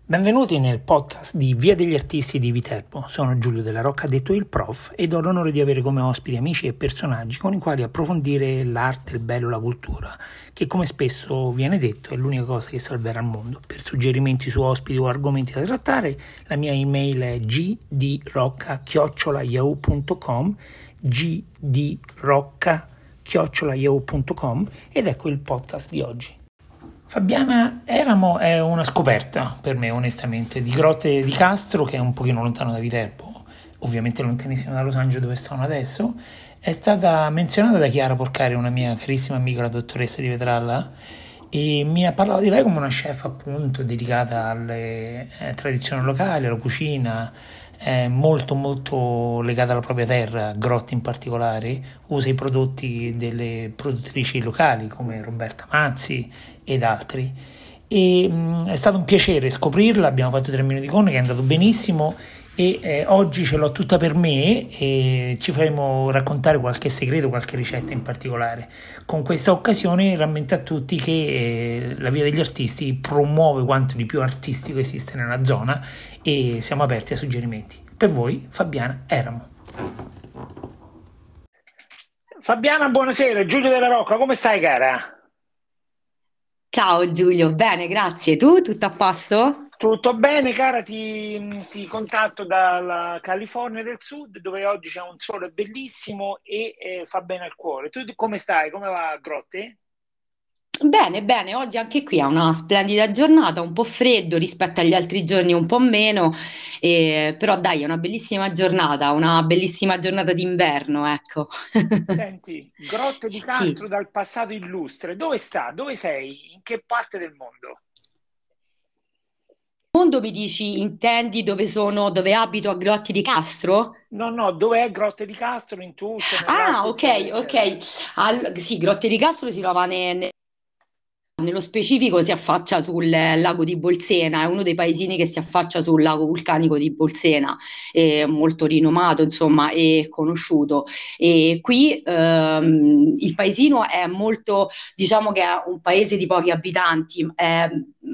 Benvenuti nel podcast di Via degli Artisti di Viterbo. Sono Giulio Della Rocca, detto il prof, ed ho l'onore di avere come ospiti amici e personaggi con i quali approfondire l'arte, il bello, la cultura, che come spesso viene detto è l'unica cosa che salverà il mondo. Per suggerimenti su ospiti o argomenti da trattare, la mia email è gdrocca@yahoo.com, gdrocca@yahoo.com, ed ecco il podcast di oggi. Fabiana Eramo è una scoperta per me, onestamente, di Grotte di Castro, che è un pochino lontano da Viterbo, ovviamente lontanissimo da Los Angeles dove sono adesso. È stata menzionata da Chiara Porcari, una mia carissima amica, la dottoressa di Vetralla, e mi ha parlato di lei come una chef appunto dedicata alle tradizioni locali, alla cucina, molto molto legata alla propria terra, Grotte in particolare. Usa i prodotti delle produttrici locali come Roberta Mazzi ed altri, e è stato un piacere scoprirla. Abbiamo fatto 3 minuti con che è andato benissimo, e oggi ce l'ho tutta per me e ci faremo raccontare qualche segreto, qualche ricetta in particolare. Con questa occasione rammento a tutti che la Via degli Artisti promuove quanto di più artistico esiste nella zona e siamo aperti a suggerimenti. Per voi, Fabiana Eramo. Fabiana, buonasera, Giulio Della Rocca, come stai, cara? Ciao Giulio, bene, grazie. Tu tutto a posto? Tutto bene, cara, ti contatto dalla California del Sud, dove oggi c'è un sole bellissimo e fa bene al cuore. Tu come stai? Come va a Grotte? Bene, bene, oggi anche qui è una splendida giornata, un po' freddo rispetto agli altri giorni, un po' meno, però dai, è una bellissima giornata d'inverno, ecco. Senti, Grotte di Castro Sì. dal passato illustre, dove sta? Dove sei? In che parte del mondo? Mondo mi dici, intendi dove abito a Grotti di Castro? No, no, dove è Grotte di Castro? In tutto, Ah, nell'arte, eccetera, ok, eccetera. ok. Sì, Grotte di Castro si trova nello specifico si affaccia sul lago di Bolsena, è uno dei paesini che si affaccia sul lago vulcanico di Bolsena, è molto rinomato, insomma, e conosciuto. E qui il paesino è molto, diciamo che è un paese di pochi abitanti, è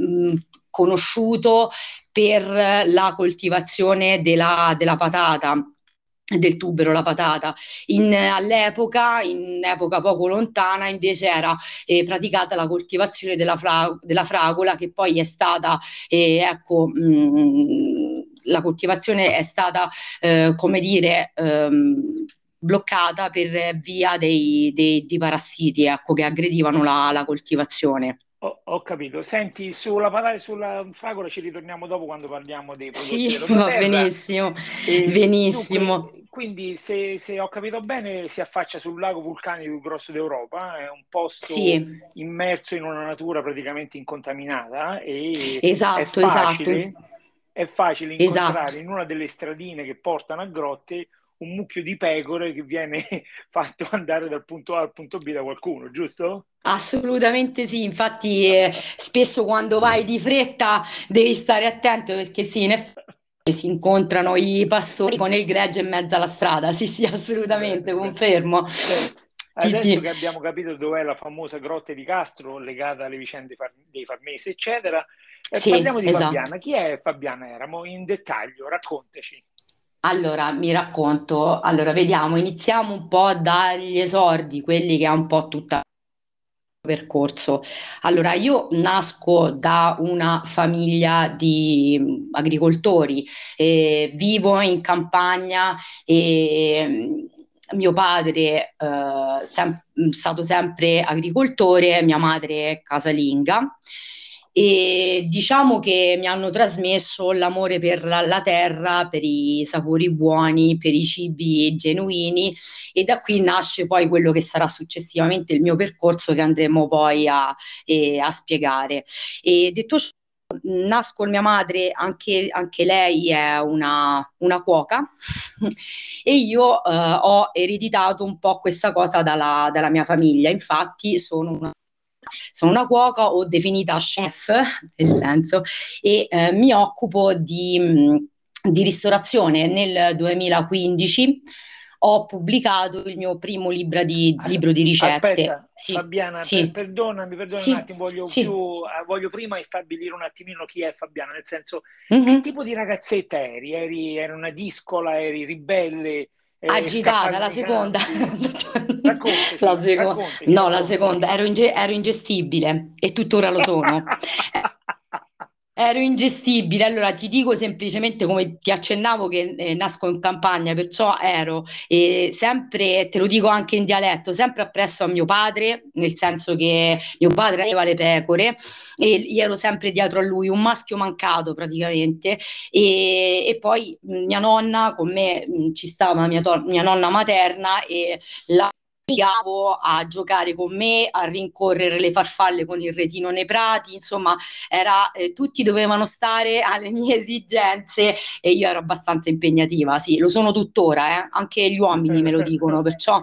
conosciuto per la coltivazione della patata. Del tubero, la patata. All'epoca, in epoca poco lontana, invece era praticata la coltivazione della fragola, che poi è stata, ecco, la coltivazione è stata, come dire, bloccata per via dei parassiti, ecco, che aggredivano la coltivazione. Ho capito. Senti, sulla patata e sulla fragola ci ritorniamo dopo quando parliamo dei prodotti Sì, della tua va terra. benissimo, E benissimo. dunque, quindi se ho capito bene, si affaccia sul lago vulcanico più grosso d'Europa, è un posto Sì, immerso in una natura praticamente incontaminata e esatto, esatto, è facile esatto. incontrare in una delle stradine che portano a grotte un mucchio di pecore che viene fatto andare dal punto A al punto B da qualcuno, giusto? Assolutamente sì, infatti spesso quando vai di fretta devi stare attento perché sì, in effetti si incontrano i pastori con il gregge in mezzo alla strada, sì sì, assolutamente, Bene, bene. confermo. Senti, Sì, adesso che sì, abbiamo capito dov'è la famosa Grotte di Castro legata alle vicende dei Farnesi, eccetera, parliamo sì, di esatto. Fabiana. Chi è Fabiana Eramo? In dettaglio, raccontaci. Allora, mi racconto, allora vediamo, iniziamo un po' dagli esordi, quelli che ha un po' tutta percorso. Allora, io nasco da una famiglia di agricoltori, vivo in campagna e mio padre stato sempre agricoltore, mia madre casalinga. E diciamo che mi hanno trasmesso l'amore per la terra, per i sapori buoni, per i cibi genuini, e da qui nasce poi quello che sarà successivamente il mio percorso che andremo poi a spiegare. E detto ciò, nasco con mia madre, anche lei è una cuoca e io ho ereditato un po' questa cosa dalla mia famiglia, infatti sono una cuoca o definita chef, nel senso, e mi occupo di ristorazione. Nel 2015 ho pubblicato il mio primo As- libro di ricette. Aspetta, Sì, Fabiana, sì, perdonami un sì, attimo, voglio sì. voglio prima stabilire un attimino chi è Fabiana, nel senso, che Mhm. tipo di ragazzetta eri? Eri una discola, eri ribelle, Agitata, scappavi la nei seconda. campi? La Raccontaci, seconda. raccontaci, No, la raccontaci. seconda. Ero ingestibile e tuttora lo sono. Ero ingestibile, allora ti dico semplicemente come ti accennavo che nasco in campagna, perciò ero sempre, te lo dico anche in dialetto, sempre appresso a mio padre, nel senso che mio padre aveva le pecore e io ero sempre dietro a lui, un maschio mancato praticamente e poi mia nonna con me ci stava mia nonna materna e la obbligavo a giocare con me, a rincorrere le farfalle con il retino nei prati, insomma tutti dovevano stare alle mie esigenze e io ero abbastanza impegnativa, sì, lo sono tuttora, anche gli uomini me lo dicono, perciò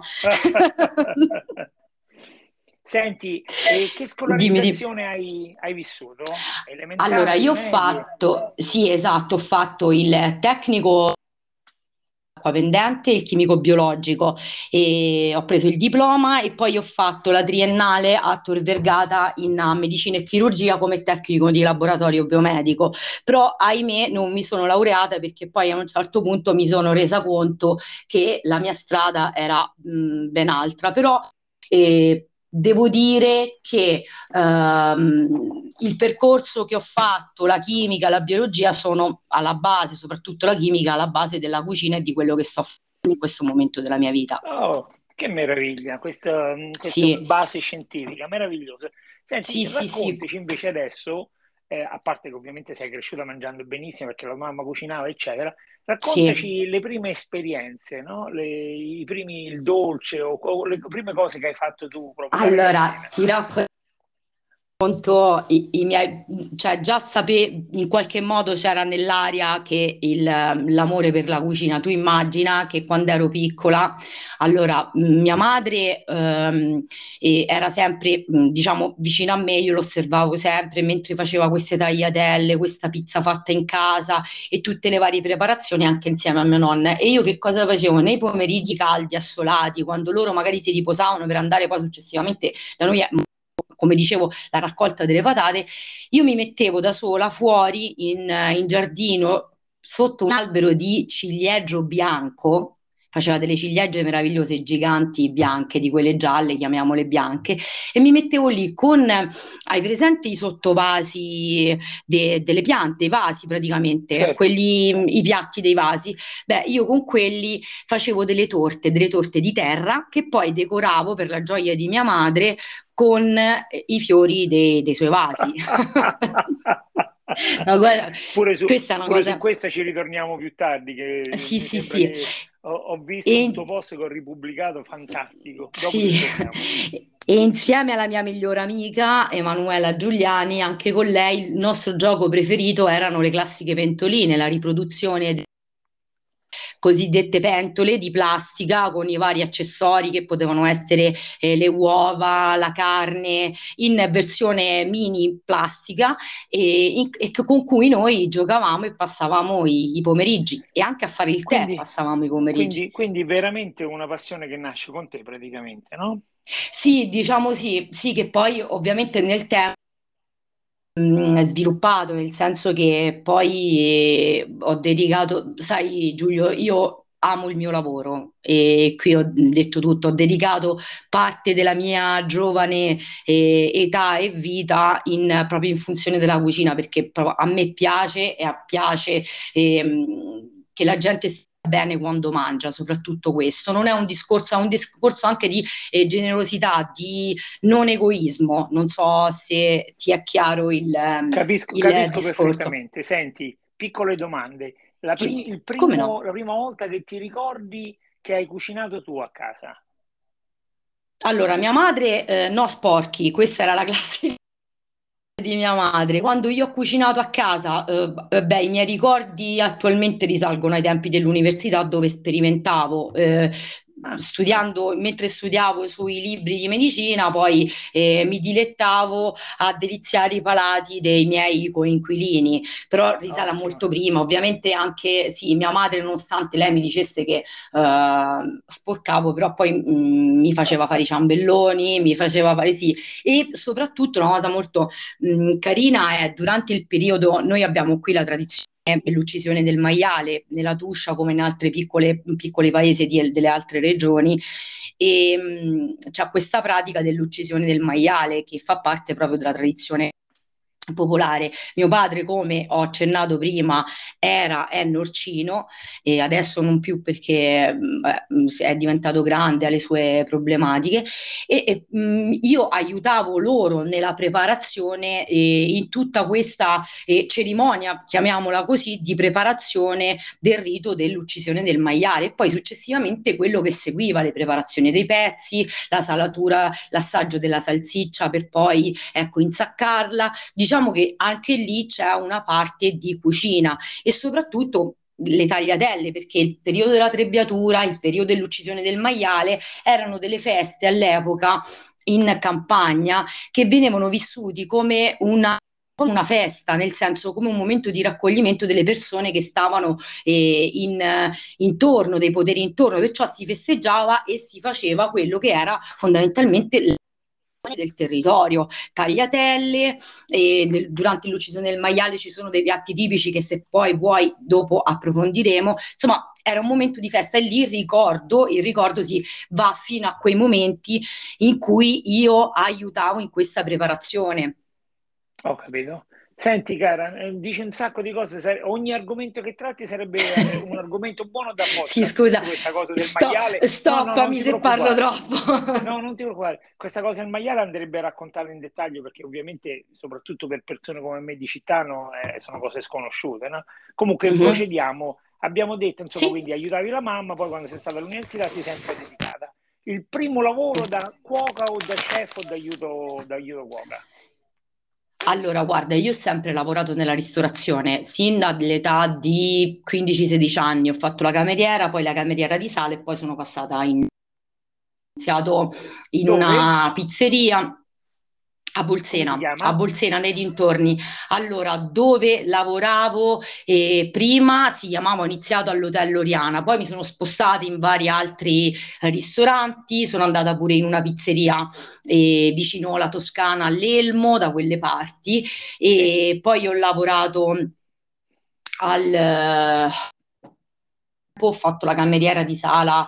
Senti, che dimmi, dimmi. scolarizzazione hai vissuto? Allora, io Elementari, ho medie? fatto, sì, esatto, ho fatto il tecnico acqua pendente, il chimico biologico e ho preso il diploma e poi ho fatto la triennale a Tor Vergata in medicina e chirurgia come tecnico di laboratorio biomedico, però ahimè non mi sono laureata perché poi a un certo punto mi sono resa conto che la mia strada era ben altra, però devo dire che il percorso che ho fatto, la chimica, la biologia sono alla base, soprattutto la chimica, alla base della cucina e di quello che sto facendo in questo momento della mia vita. Oh, che meraviglia, questa Sì, base scientifica, meravigliosa. Senti, sì, sì, sì. raccontaci invece adesso, a parte che ovviamente sei cresciuta mangiando benissimo perché la mamma cucinava, eccetera, Sì. raccontaci le prime esperienze, no? Il dolce o le prime cose che hai fatto tu proprio da Allora, ragazzina. ti racconto i miei, cioè già sapevo, in qualche modo c'era nell'aria che l'amore per la cucina. Tu immagina che quando ero piccola, allora mia madre era sempre, diciamo, vicino a me, io l'osservavo sempre mentre faceva queste tagliatelle, questa pizza fatta in casa e tutte le varie preparazioni anche insieme a mia nonna. E io che cosa facevo? Nei pomeriggi caldi, assolati, quando loro magari si riposavano per andare poi successivamente da noi come dicevo, la raccolta delle patate, io mi mettevo da sola fuori in giardino sotto un albero di ciliegio bianco, faceva delle ciliegie meravigliose, giganti, bianche, di quelle gialle, chiamiamole bianche, e mi mettevo lì con, hai presente i sottovasi delle piante, i vasi praticamente, Certo. i piatti dei vasi? Beh, io con quelli facevo delle torte di terra che poi decoravo per la gioia di mia madre con i fiori dei suoi vasi. No, guarda, questa è una Pure su cosa. questa ci ritorniamo più tardi, che Sì, mi sì, sembra sì. che ho visto un tuo E, post che ho ripubblicato, fantastico. Dopo ci sì. ritorniamo. E insieme alla mia migliore amica Emanuela Giuliani, anche con lei, il nostro gioco preferito erano le classiche pentoline, la riproduzione cosiddette pentole di plastica con i vari accessori che potevano essere le uova, la carne in versione mini plastica con cui noi giocavamo e passavamo i pomeriggi e anche a fare il tè Quindi, passavamo i pomeriggi. quindi veramente una passione che nasce con te praticamente, no? Sì, diciamo sì, sì che poi ovviamente nel tempo sviluppato, nel senso che poi ho dedicato, sai Giulio, io amo il mio lavoro e qui ho detto tutto, ho dedicato parte della mia giovane età e vita proprio in funzione della cucina perché a me piace e piace che la gente stia bene quando mangia, soprattutto questo. Non è un discorso, è un discorso anche di generosità, di non egoismo. Non so se ti è chiaro il Capisco discorso. perfettamente. Senti, piccole domande. Sì, come no? La prima volta che ti ricordi che hai cucinato tu a casa? Allora, mia madre, no sporchi, questa era la classe di mia madre. Quando io ho cucinato a casa, beh, i miei ricordi attualmente risalgono ai tempi dell'università dove sperimentavo. Ah, studiando, mentre studiavo sui libri di medicina, poi mi dilettavo a deliziare i palati dei miei coinquilini, però risale a ottimo. molto prima. Ovviamente anche sì, mia madre, nonostante lei mi dicesse che sporcavo, però poi mi faceva fare i ciambelloni, mi faceva fare sì. E soprattutto una cosa molto carina è durante il periodo, noi abbiamo qui la tradizione dell'uccisione del maiale nella Tuscia come in altre piccoli paesi delle altre regioni e c'è questa pratica dell'uccisione del maiale che fa parte proprio della tradizione popolare. Mio padre, come ho accennato prima, è norcino e adesso non più perché è diventato grande, ha le sue problematiche io aiutavo loro nella preparazione in tutta questa cerimonia, chiamiamola così, di preparazione del rito dell'uccisione del maiale e poi successivamente quello che seguiva, le preparazioni dei pezzi, la salatura, l'assaggio della salsiccia per poi ecco insaccarla. Diciamo che anche lì c'è una parte di cucina e soprattutto le tagliatelle, perché il periodo della trebbiatura, il periodo dell'uccisione del maiale erano delle feste all'epoca in campagna che venivano vissuti come una festa, nel senso come un momento di raccoglimento delle persone che stavano intorno, dei poteri intorno, perciò si festeggiava e si faceva quello che era fondamentalmente del territorio, tagliatelle, durante l'uccisione del maiale ci sono dei piatti tipici che se poi vuoi dopo approfondiremo, insomma era un momento di festa e lì il ricordo si va fino a quei momenti in cui io aiutavo in questa preparazione. Ho capito. Senti, cara, dici un sacco di cose. Ogni argomento che tratti sarebbe un argomento buono da Sì, podcast scusa, su questa cosa del maiale. No, no, non stoppami ti se parlo preoccupare. troppo. No, non ti preoccupare. Questa cosa del maiale andrebbe raccontata in dettaglio perché ovviamente, soprattutto per persone come me di città, no, sono cose sconosciute, no? Comunque Mhm. procediamo. Abbiamo detto, insomma, Sì. quindi aiutavi la mamma, poi quando sei stata all'università ti sei sempre dedicata. Il primo lavoro da cuoca o da chef o da aiuto cuoca? Allora, guarda, io ho sempre lavorato nella ristorazione, sin dall'età di 15-16 anni. Ho fatto la cameriera, poi la cameriera di sala e poi sono passata iniziato in Dove? una pizzeria Come si A chiama? Bolsena nei dintorni. Allora, dove lavoravo prima si chiamava, ho iniziato all'Hotel Oriana, poi mi sono spostata in vari altri ristoranti, sono andata pure in una pizzeria vicino la Toscana all'Elmo, da quelle parti, Sì. e poi ho lavorato ho fatto la cameriera di sala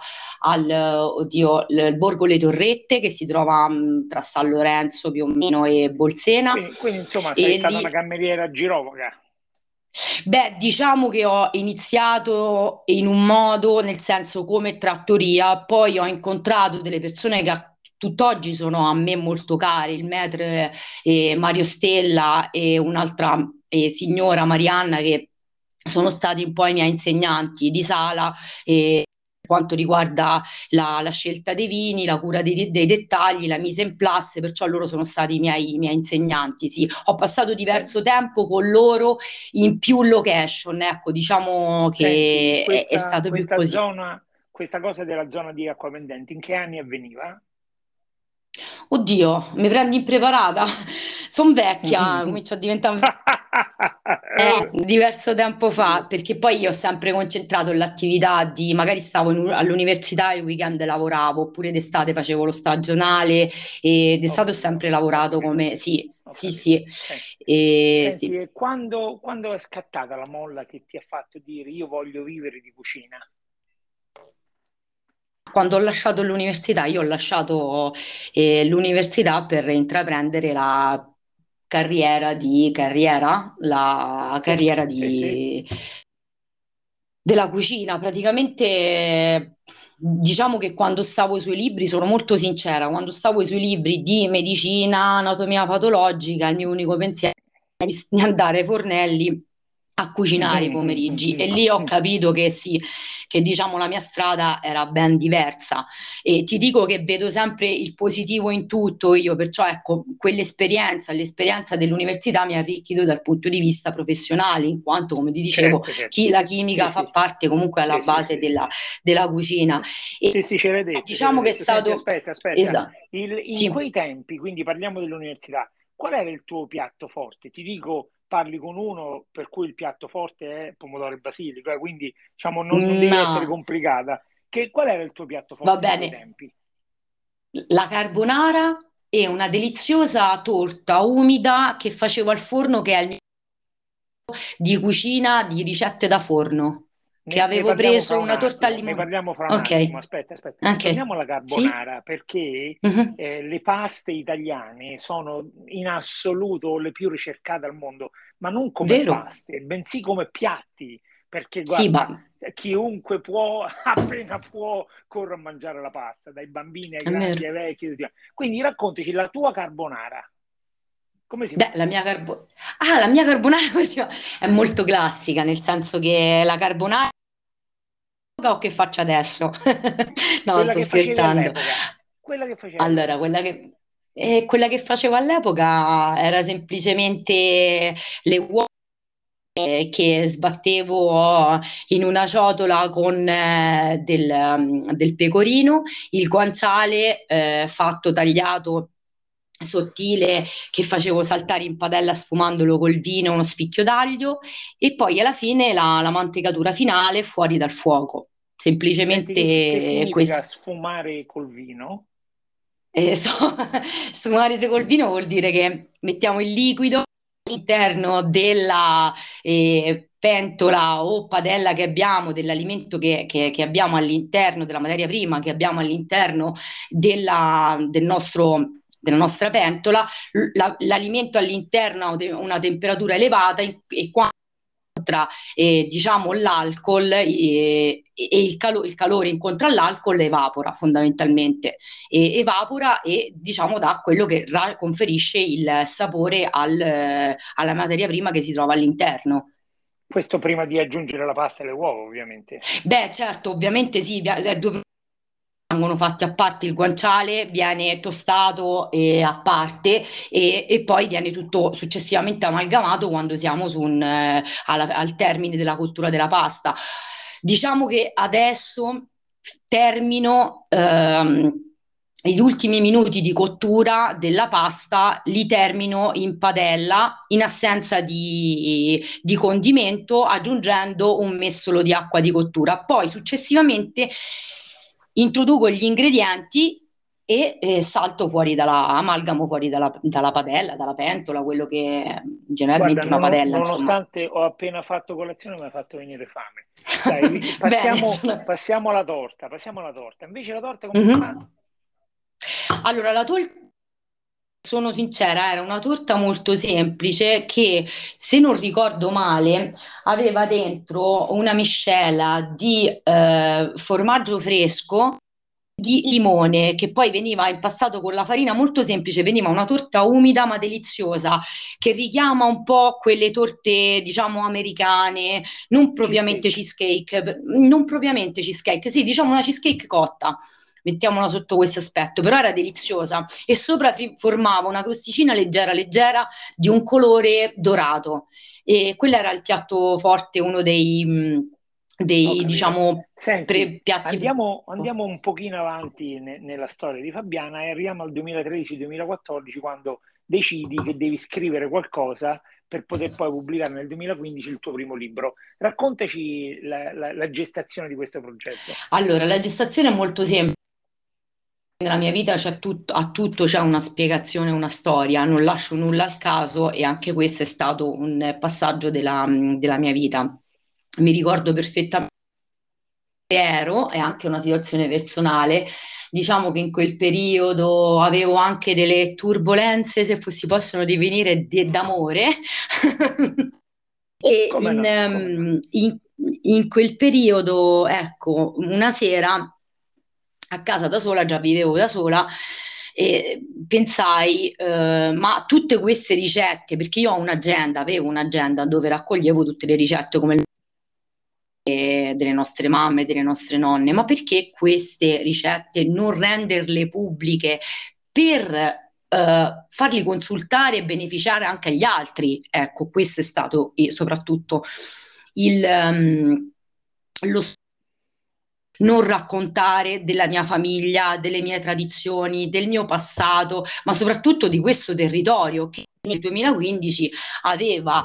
il Borgo Le Torrette che si trova tra San Lorenzo più o meno e Bolsena. Quindi, insomma, sei E stata una lì, cameriera girovaga. beh, diciamo che ho iniziato in un modo, nel senso come trattoria, poi ho incontrato delle persone che tutt'oggi sono a me molto care, il maître Mario Stella e un'altra signora Marianna che sono stati un po' i miei insegnanti di sala per quanto riguarda la scelta dei vini, la cura dei dettagli, la mise en place, perciò loro sono stati i miei insegnanti. Sì. Ho passato Sen- diverso tempo con loro in più location, ecco, diciamo Senti, che è stato più così. questa cosa della zona di Acquapendente, in che anni avveniva? Oddio, mi prendi impreparata? Sono vecchia, comincio a diventare diverso tempo fa, perché poi io ho sempre concentrato l'attività di, magari stavo all'università e il weekend lavoravo, oppure d'estate facevo lo stagionale e Ho d'estate ho capito, sempre ho lavorato capito, come, sì, ho sì, capito. sì, Senti, sì. e quando è scattata la molla che ti ha fatto dire io voglio vivere di cucina? Quando ho lasciato l'università, io ho lasciato l'università per intraprendere la Sì, carriera sì, sì. della cucina. Praticamente, diciamo che quando stavo sui libri, sono molto sincera, quando stavo sui libri di medicina, anatomia patologica, il mio unico pensiero era di andare ai fornelli a cucinare i pomeriggi e lì ho capito che sì, che diciamo la mia strada era ben diversa e ti dico che vedo sempre il positivo in tutto io, perciò ecco, quell'esperienza, l'esperienza dell'università mi ha arricchito dal punto di vista professionale, in quanto come ti dicevo, Certo, certo. chi, la Sì, chimica fa sì, parte comunque alla sì, sì, base sì, sì, della, sì. della cucina Sì, e sì, sì, ce l'hai detto, ce l'hai diciamo che è detto. Senti, stato aspetta, aspetta. esatto, In sì. quei tempi, quindi parliamo dell'università, qual era il tuo piatto forte? Ti dico, parli con uno per cui il piatto forte è pomodoro e basilico, quindi diciamo non devi essere No, complicata. Qual era il tuo piatto va forte in quei bene. tempi? La carbonara e una deliziosa torta umida che facevo al forno, che è il mio di cucina di ricette da forno, che Ne avevo parliamo preso fra un una torta al attimo, ne limone. parliamo fra un attimo. Ok, Aspetta, aspetta. ok, Torniamo alla sì? carbonara perché Mhm. le paste italiane sono in assoluto le più ricercate al mondo, ma non come Vero? paste, bensì come piatti. Perché Sì, guarda, ma chiunque può, appena può, corre a mangiare la pasta, dai bambini ai è vero. grandi ai vecchi. Tutti. Quindi raccontaci la tua carbonara. Come si Beh, fa? la mia carbonara è molto classica, nel senso che la carbonara o che faccio adesso? No, Quella sto che facevi scherzando. all'epoca. Quella che facevi Allora, all'epoca. quella che facevo all'epoca era semplicemente le uova che sbattevo in una ciotola con del pecorino, il guanciale fatto tagliato sottile che facevo saltare in padella sfumandolo col vino, uno spicchio d'aglio e poi alla fine la mantecatura finale fuori dal fuoco. Senti, che Semplicemente significa questo. sfumare col vino? Sfumare col vino vuol dire che mettiamo il liquido all'interno della pentola o padella che abbiamo, dell'alimento che abbiamo all'interno, della materia prima che abbiamo all'interno della nostra pentola, l'alimento all'interno ha una temperatura elevata e quando diciamo l'alcol e il calore incontra l'alcol evapora fondamentalmente evapora e diciamo dà quello che conferisce il sapore alla materia prima che si trova all'interno. Questo prima di aggiungere la pasta e le uova, ovviamente. Beh, certo, ovviamente sì, due vengono fatti a parte il guanciale, viene tostato a parte e poi viene tutto successivamente amalgamato quando siamo al termine della cottura della pasta. Diciamo che adesso termino gli ultimi minuti di cottura della pasta, li termino in padella in assenza di condimento, aggiungendo un mestolo di acqua di cottura. Poi successivamente introduco gli ingredienti e salto fuori amalgamo fuori dalla padella, dalla pentola, quello che è Guarda, generalmente una padella, insomma. nonostante ho appena fatto colazione, mi ha fatto venire fame. Dai, Bene. passiamo alla torta, passiamo alla torta. Invece la torta come si fa? Mhm. Allora, la torta, sono sincera, era una torta molto semplice che, se non ricordo male, aveva dentro una miscela di formaggio fresco di limone che poi veniva impastato con la farina molto semplice, veniva una torta umida ma deliziosa che richiama un po' quelle torte, diciamo, americane, non propriamente Cheesecake. cheesecake, non propriamente cheesecake, sì, diciamo una cheesecake cotta. Mettiamola sotto questo aspetto, però era deliziosa e sopra formava una crosticina leggera, leggera di un colore dorato. E quello era il piatto forte, uno Ho capito. diciamo, Senti, piatti. andiamo un pochino avanti nella storia di Fabiana e arriviamo al 2013-2014 quando decidi che devi scrivere qualcosa per poter poi pubblicare nel 2015 il tuo primo libro. Raccontaci la gestazione di questo progetto. Allora, la gestazione è molto semplice. Nella mia vita a tutto c'è una spiegazione, una storia, non lascio nulla al caso e anche questo è stato un passaggio della mia vita. Mi ricordo perfettamente ero, è anche una situazione personale. Diciamo che in quel periodo avevo anche delle turbolenze, se si possono definire, d'amore. E Come no? Come no? in quel periodo, ecco, una sera a casa da sola, già vivevo da sola, E pensai, ma tutte queste ricette, perché io ho un'agenda, avevo un'agenda dove raccoglievo tutte le ricette come delle nostre mamme, delle nostre nonne, ma perché queste ricette non renderle pubbliche per farli consultare e beneficiare anche agli altri? Ecco, questo è stato soprattutto il, lo non raccontare della mia famiglia, delle mie tradizioni, del mio passato, ma soprattutto di questo territorio che nel 2015 aveva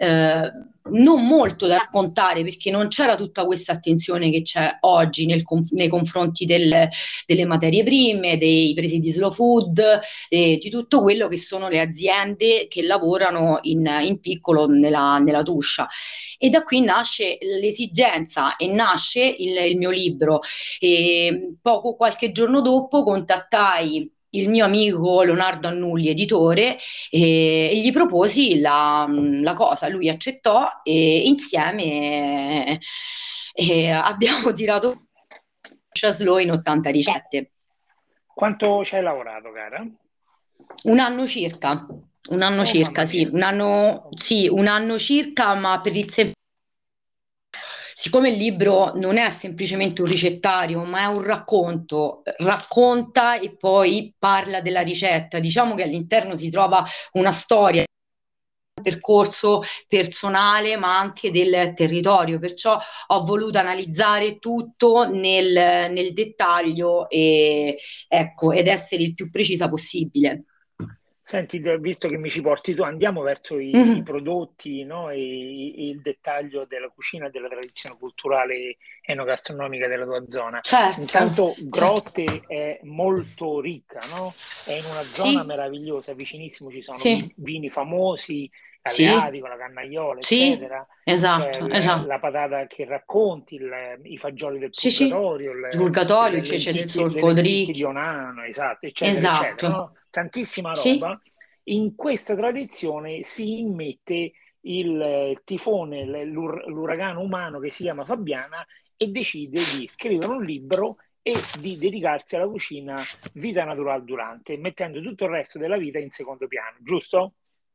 non molto da raccontare perché non c'era tutta questa attenzione che c'è oggi nei confronti delle materie prime, dei presidi slow food, di tutto quello che sono le aziende che lavorano in piccolo nella Tuscia. E da qui nasce l'esigenza e nasce il mio libro. E qualche giorno dopo contattai il mio amico Leonardo Annulli, editore, e gli proposi la cosa. Lui accettò e insieme abbiamo tirato Slow in 80 ricette. Quanto ci hai lavorato, cara? Un anno circa, un anno Oh, mamma circa, sì, mia. sì, un anno circa, ma per il semplice. Siccome il libro non è semplicemente un ricettario, ma è un racconto, racconta e poi parla della ricetta. Diciamo che all'interno si trova una storia, un percorso personale, ma anche del territorio. Perciò ho voluto analizzare tutto nel dettaglio e, ecco, ed essere il più precisa possibile. Senti, visto che mi ci porti tu, andiamo verso i Mhm. prodotti, no? E il dettaglio della cucina e della tradizione culturale enogastronomica della tua zona. Certo, Intanto certo. Grotte è molto ricca, no? È in una zona Sì, meravigliosa, vicinissimo ci sono sì, vini famosi, sì, Aleati con la cannaiola, sì, eccetera. C'è esatto, esatto. la patata che racconti, i fagioli del Sì, sì, purgatorio, il purgatorio, il cece del le lenticchie di solfodric, Onano, esatto, eccetera, eccetera, esatto, no? Tantissima sì. roba. In questa tradizione si immette il tifone, l'uragano umano che si chiama Fabiana e decide di scrivere un libro e di dedicarsi alla cucina vita natural durante, mettendo tutto il resto della vita in secondo piano, giusto?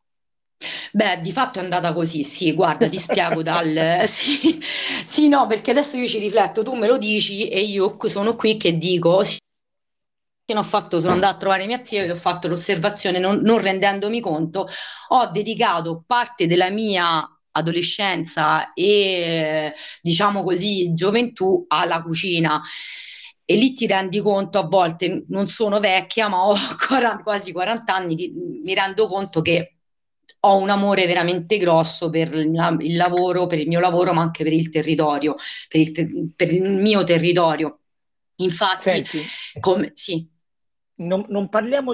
Beh, di fatto è andata così, sì, guarda, ti spiego dal. Sì, sì, no, perché adesso io ci rifletto, tu me lo dici e io sono qui che dico, sì, che ho fatto, sono andata a trovare mia zia e ho fatto l'osservazione non rendendomi conto, ho dedicato parte della mia adolescenza e diciamo così gioventù alla cucina. E lì ti rendi conto, a volte non sono vecchia, ma ho 40 quasi 40 anni, mi rendo conto che ho un amore veramente grosso per il lavoro, per il mio lavoro, ma anche per il territorio, per il mio territorio. Infatti, Senti, sì. non parliamo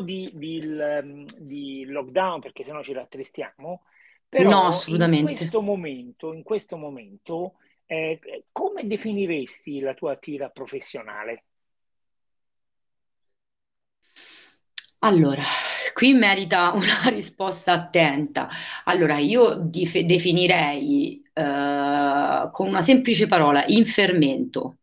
di lockdown perché sennò ci rattristiamo, No, però assolutamente. in questo momento come definiresti la tua attività professionale? Allora, qui merita una risposta attenta. Allora, io definirei con una semplice parola, infermento.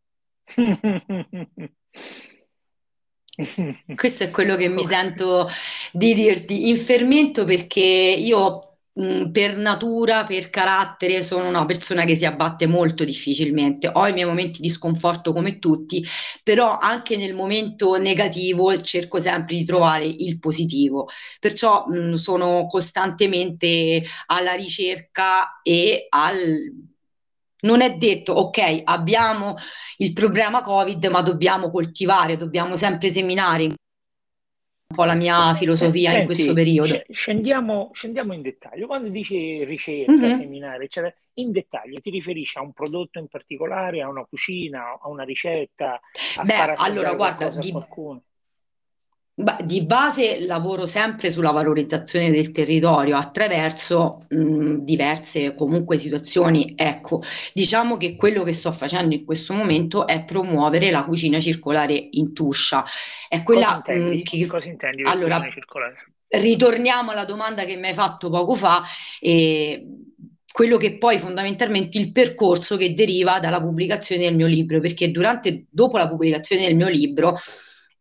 Questo è quello che mi Ok. sento di dirti, in fermento perché io per natura, per carattere, sono una persona che si abbatte molto difficilmente. Ho i miei momenti di sconforto come tutti, però anche nel momento negativo cerco sempre di trovare il positivo. Perciò sono costantemente alla ricerca e al. Non è detto, ok, abbiamo il problema Covid, ma dobbiamo coltivare, dobbiamo sempre seminare un po' la mia filosofia in questo Senti, periodo. scendiamo in dettaglio. Quando dici ricerca, Mhm. seminare, eccetera, in dettaglio ti riferisci a un prodotto in particolare, a una cucina, a una ricetta, a far Beh, allora assaggiare guarda, qualcosa a qualcuno? di base lavoro sempre sulla valorizzazione del territorio attraverso diverse comunque situazioni. Ecco, diciamo che quello che sto facendo in questo momento è promuovere la cucina circolare in Tuscia. È Cosa quella intendi? che. Cosa intendi per cucina Allora, circolare? ritorniamo alla domanda che mi hai fatto poco fa. E quello che poi fondamentalmente il percorso che deriva dalla pubblicazione del mio libro, perché dopo la pubblicazione del mio libro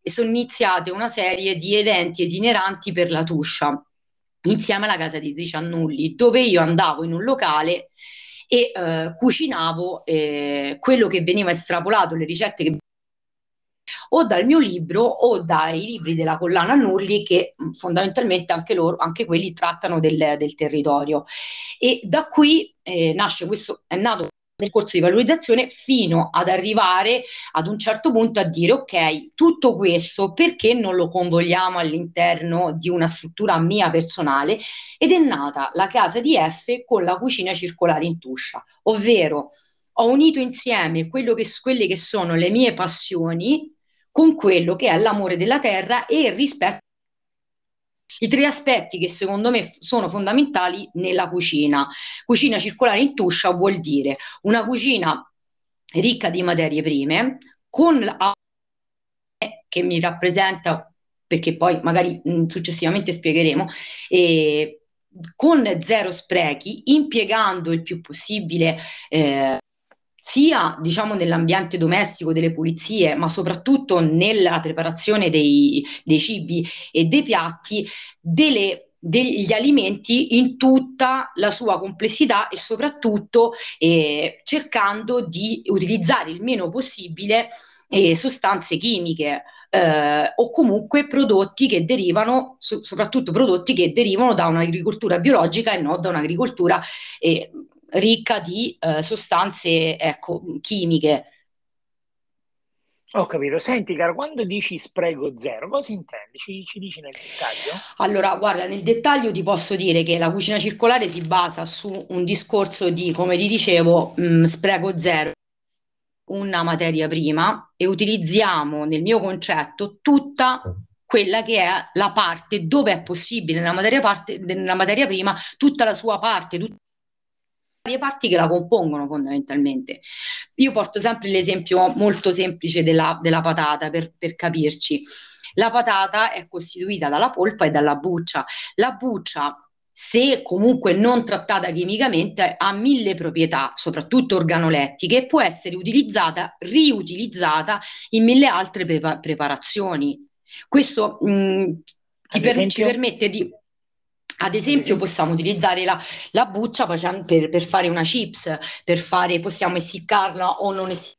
sono iniziate una serie di eventi itineranti per la Tuscia, insieme alla casa editrice Annulli, dove io andavo in un locale e cucinavo quello che veniva estrapolato, le ricette che o dal mio libro o dai libri della collana Annulli che fondamentalmente anche loro, anche quelli trattano del territorio. E da qui nasce questo, è nato nel corso di valorizzazione fino ad arrivare ad un certo punto a dire ok, tutto questo perché non lo convogliamo all'interno di una struttura mia personale, ed è nata la casa di F con la cucina circolare in Tuscia, ovvero ho unito insieme quelle che sono le mie passioni con quello che è l'amore della terra e il rispetto, i tre aspetti che secondo me sono fondamentali nella cucina. Cucina circolare in Tuscia vuol dire una cucina ricca di materie prime, con che mi rappresenta, perché poi magari successivamente spiegheremo, con zero sprechi, impiegando il più possibile sia diciamo nell'ambiente domestico delle pulizie, ma soprattutto nella preparazione dei cibi e dei piatti, degli alimenti in tutta la sua complessità e soprattutto cercando di utilizzare il meno possibile sostanze chimiche. O comunque prodotti che derivano, soprattutto prodotti che derivano da un'agricoltura biologica e non da un'agricoltura ricca di sostanze, ecco, chimiche. Ho capito. Senti, caro, quando dici spreco zero, cosa intendi? Ci dici nel dettaglio? Allora, guarda, nel dettaglio ti posso dire che la cucina circolare si basa su un discorso di, come ti dicevo, spreco zero, una materia prima, e utilizziamo nel mio concetto tutta quella che è la parte dove è possibile nella materia prima, tutta la sua parte, tutte le parti che la compongono fondamentalmente. Io porto sempre l'esempio molto semplice della patata per capirci. La patata è costituita dalla polpa e dalla buccia. La buccia, se comunque non trattata chimicamente, ha mille proprietà, soprattutto organolettiche, e può essere utilizzata, riutilizzata in mille altre preparazioni. Questo Ad ci esempio? permette di, ad Ad esempio, esempio? possiamo utilizzare la buccia per fare una chips, possiamo essiccarla o non essiccarla,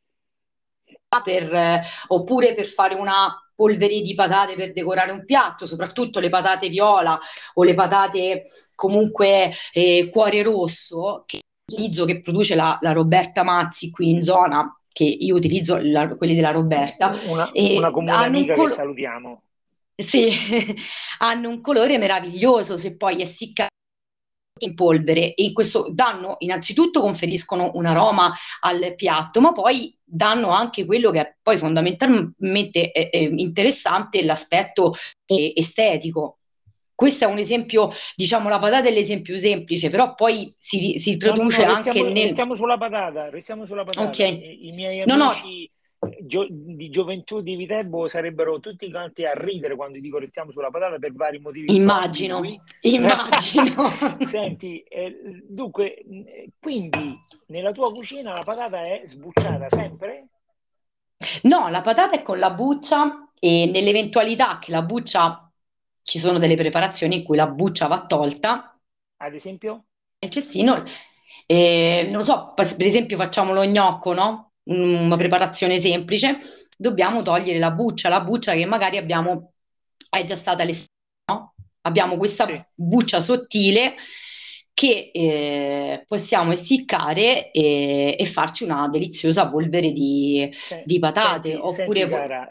oppure per fare una polvere di patate per decorare un piatto, soprattutto le patate viola o le patate comunque cuore rosso, che utilizzo, che produce la Roberta Mazzi qui in zona, che io utilizzo quelli della Roberta, Una e comune amica che salutiamo. sì, hanno un colore meraviglioso se poi essiccati in polvere, e in questo danno, innanzitutto conferiscono un aroma al piatto, ma poi danno anche quello che è poi fondamentalmente interessante, l'aspetto estetico. Questo è un esempio, diciamo, la patata è l'esempio semplice, però poi si No, no, no, introduce anche nel... restiamo sulla patata, restiamo sulla Ok, patata. I miei no, no, amici di gioventù di Viterbo sarebbero tutti quanti a ridere quando dico restiamo sulla patata per vari motivi un po' ambigui. immagino, immagino. Senti, dunque, quindi nella tua cucina la patata è sbucciata sempre? No, la patata è con la buccia, e nell'eventualità che la buccia, ci sono delle preparazioni in cui la buccia va tolta Ad esempio? nel cestino. Non lo so, per esempio facciamo lo gnocco, no? Una Sì, preparazione semplice, dobbiamo togliere la buccia che magari è già stata lessata, no? Abbiamo sì. questa buccia sottile che possiamo essiccare e farci una deliziosa polvere di patate, Senti, oppure... cara,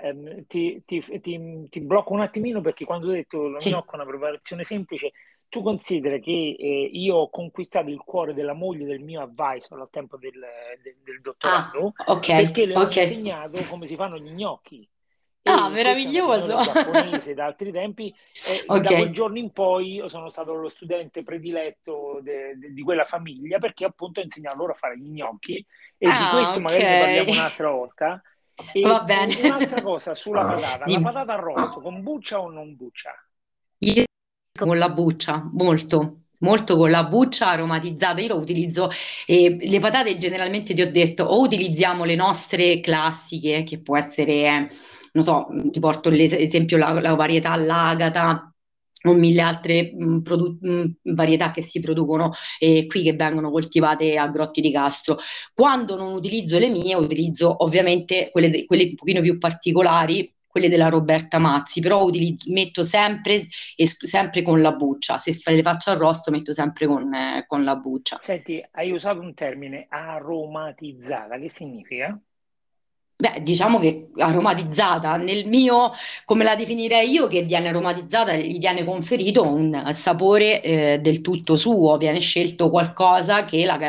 ti blocco un attimino perché quando ho detto lo Sì. gnocco è una preparazione semplice, tu consideri che io ho conquistato il cuore della moglie del mio advisor al tempo del Ah, dottorato ok, perché le ho ok. insegnato come si fanno gli gnocchi. Ah, E questa è una meraviglioso. signora giapponese da altri tempi, e Ok. da quel giorno in poi io sono stato lo studente prediletto di quella famiglia perché appunto ho insegnato loro a fare gli gnocchi, e di Ah, questo ok. magari ne parliamo un'altra volta. Va E bene. un'altra cosa sulla patata, la Dimmi. patata arrosto con buccia o non buccia? Io con la buccia, molto. molto con la buccia aromatizzata. Io lo utilizzo, le patate generalmente ti ho detto, o utilizziamo le nostre classiche, che può essere, non so, ti porto l'esempio la varietà l'agata o mille altre varietà che si producono qui che vengono coltivate a Grotti di Castro. Quando non utilizzo le mie, utilizzo ovviamente quelle un pochino più particolari, quelle della Roberta Mazzi, però metto sempre, sempre con la buccia. Se le faccio arrosto, metto sempre con la buccia. Senti, hai usato un termine aromatizzata, che significa? Beh, diciamo che aromatizzata, nel mio, come la definirei io, che viene aromatizzata, gli viene conferito un sapore del tutto suo, viene scelto qualcosa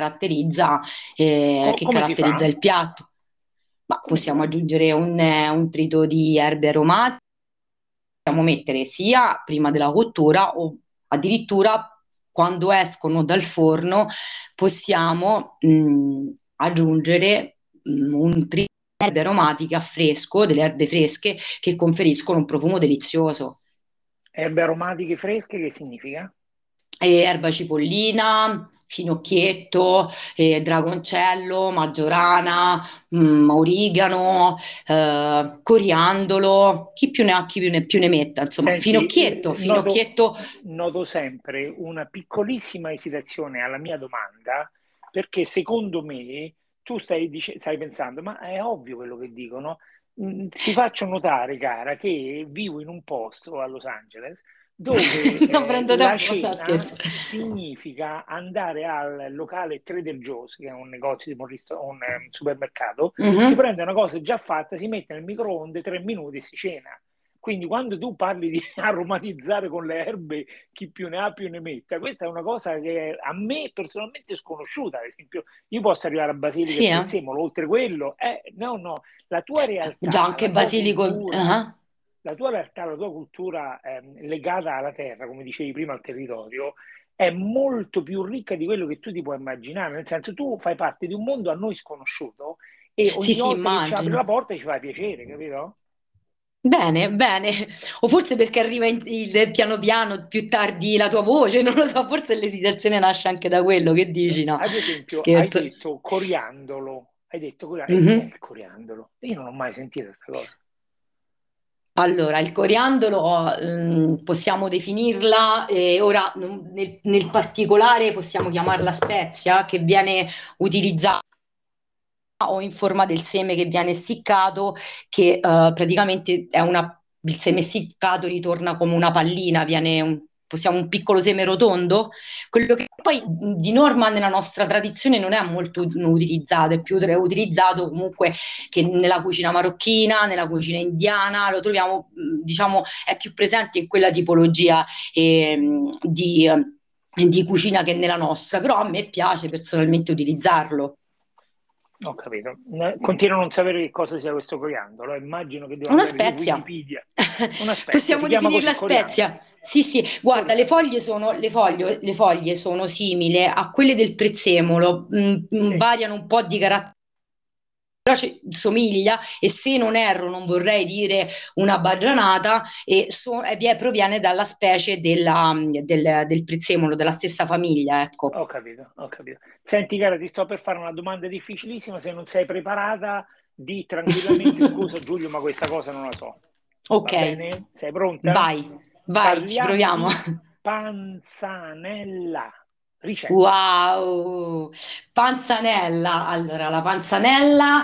che Come si caratterizza fa? il piatto. Ma Come si possiamo fa? aggiungere un trito di erbe aromatiche, possiamo mettere sia prima della cottura o addirittura quando escono dal forno possiamo aggiungere un trito di erbe aromatiche a fresco, delle erbe fresche che conferiscono un profumo delizioso. Erbe aromatiche fresche, che significa? Erba cipollina, finocchietto, dragoncello, maggiorana, origano, coriandolo, chi più ne ha, più ne metta, insomma, Senti, noto, finocchietto. noto sempre una piccolissima esitazione alla mia domanda, perché secondo me tu stai pensando, ma è ovvio quello che dicono. Ti faccio notare, cara, che vivo in un posto a Los Angeles dove Non prendo la tempo, no, cena scherzo. significa andare al locale Trader Joe's, che è un negozio, un supermercato, si Mhm. prende una cosa già fatta, si mette nel microonde 3 minuti e si cena. Quindi quando tu parli di aromatizzare con le erbe, chi più ne ha più ne metta, questa è una cosa che a me personalmente è sconosciuta. Ad esempio, io posso arrivare a basilico Sì, e prezzemolo, oltre quello, no, no, la tua già realtà, anche basilico. Ah. la tua realtà, la tua cultura legata alla terra, come dicevi prima, al territorio, è molto più ricca di quello che tu ti puoi immaginare. Nel senso, tu fai parte di un mondo a noi sconosciuto e Sì, ogni sì, volta che ci apri la immagino. porta ci fa piacere, capito? Bene, bene. O forse perché arriva piano piano più tardi la tua voce, non lo so, forse l'esitazione nasce anche da quello, che dici? No, Ad esempio, hai scherzo. detto coriandolo, hai detto coriandolo. E che è Mhm. il coriandolo? Io non ho mai sentito questa cosa. Allora, il coriandolo, possiamo definirla, ora nel particolare possiamo chiamarla spezia, che viene utilizzata o in forma del seme che viene essiccato, che praticamente il seme essiccato ritorna come una pallina, possiamo un piccolo seme rotondo, quello che poi di norma nella nostra tradizione non è molto utilizzato, è più utilizzato comunque che nella cucina marocchina, nella cucina indiana, lo troviamo, diciamo, è più presente in quella tipologia di cucina che nella nostra, però a me piace personalmente utilizzarlo. Ho capito. Continuo a non sapere che cosa sia questo coriandolo. Immagino che devo Una andare su spezia. Wikipedia. Una spezia, si Possiamo chiama così, definirla coriandolo. spezia. Sì, sì, guarda, Coriandolo. le foglie sono simili a quelle del prezzemolo, Sì. variano un po' di carattere, però somiglia e se non erro, non vorrei dire una baggianata, proviene dalla specie del prezzemolo, della stessa famiglia, ecco. Ho capito, ho capito. Senti, cara, ti sto per fare una domanda difficilissima. Se non sei preparata, di tranquillamente, scusa Giulio, ma questa cosa non la so. Ok, Va bene? Sei pronta? vai, vai, ci Parliamo proviamo. di panzanella. Ricetta. Wow, panzanella. Allora, la panzanella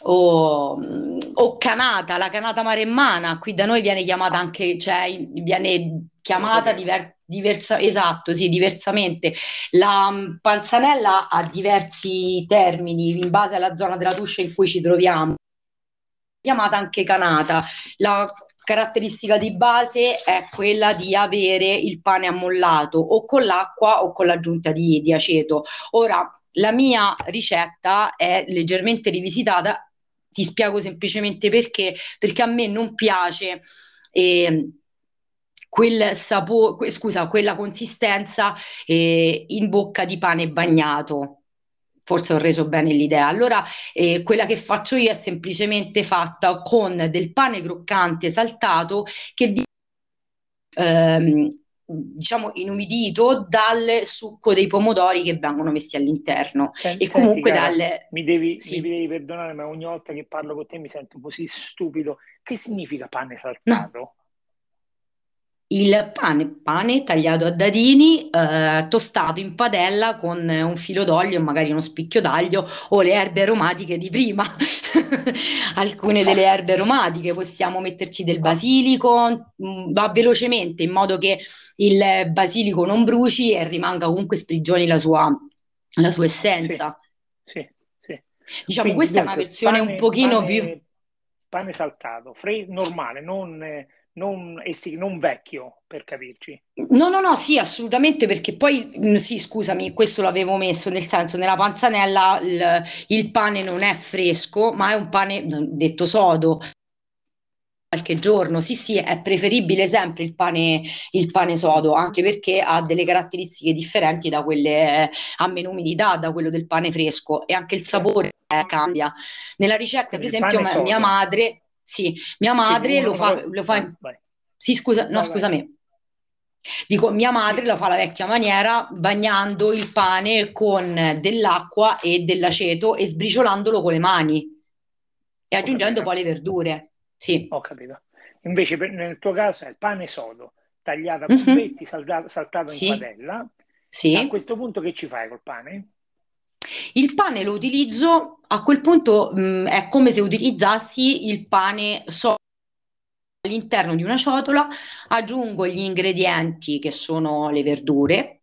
o canata, la canata maremmana, qui da noi viene chiamata anche, cioè viene Non lo chiamata sapevo. esatto, sì, diversamente. La panzanella ha diversi termini in base alla zona della tuscia in cui ci troviamo, chiamata anche canata. La caratteristica di base è quella di avere il pane ammollato o con l'acqua o con l'aggiunta di aceto. Ora, la mia ricetta è leggermente rivisitata, ti spiego semplicemente perché a me non piace quel sapore, scusa, quella consistenza in bocca di pane bagnato. Forse ho reso bene l'idea. Allora, quella che faccio io è semplicemente fatta con del pane croccante saltato che ehm, diciamo, inumidito dal succo dei pomodori che vengono messi all'interno e Senti, comunque cara, dal... mi Sì, devi perdonare, ma ogni volta che parlo con te mi sento così stupido. Che significa pane no. saltato? Il pane tagliato a dadini, tostato in padella con un filo d'olio e magari uno spicchio d'aglio o le erbe aromatiche di prima. Alcune delle erbe aromatiche, possiamo metterci del Ah, basilico, va velocemente in modo che il basilico non bruci e rimanga comunque sprigioni la sua sì, essenza. sì, sì. Diciamo, Quindi, questa è una dunque, versione un pochino più... pane saltato, normale, non vecchio, per capirci. No, no, no, sì, assolutamente, perché poi, sì, scusami, questo l'avevo messo, nel senso, nella panzanella il pane non è fresco, ma è un pane, detto sodo, qualche giorno. Sì, sì, è preferibile sempre il pane Mm. sodo, anche perché ha delle caratteristiche differenti da quelle a meno umidità, da quello del pane fresco e anche il Cioè, sapore cambia. Nella ricetta, per quindi il esempio, pane mia sodo. madre, sì, mia Quindi madre una cosa... lo fa, vai, sì, scusa, no, vai, vai. scusami. Dico, mia madre Di- la fa alla vecchia maniera, bagnando il pane con dell'acqua e dell'aceto e sbriciolandolo con le mani e Ho aggiungendo capito, poi le verdure. Sì. ho capito. Invece nel tuo caso è il pane sodo, tagliato a Mhm. cubetti, saltato in Sì, padella. A sì. questo punto che ci fai col pane? Il pane lo utilizzo, a quel punto, è come se utilizzassi il pane all'interno di una ciotola, aggiungo gli ingredienti che sono le verdure,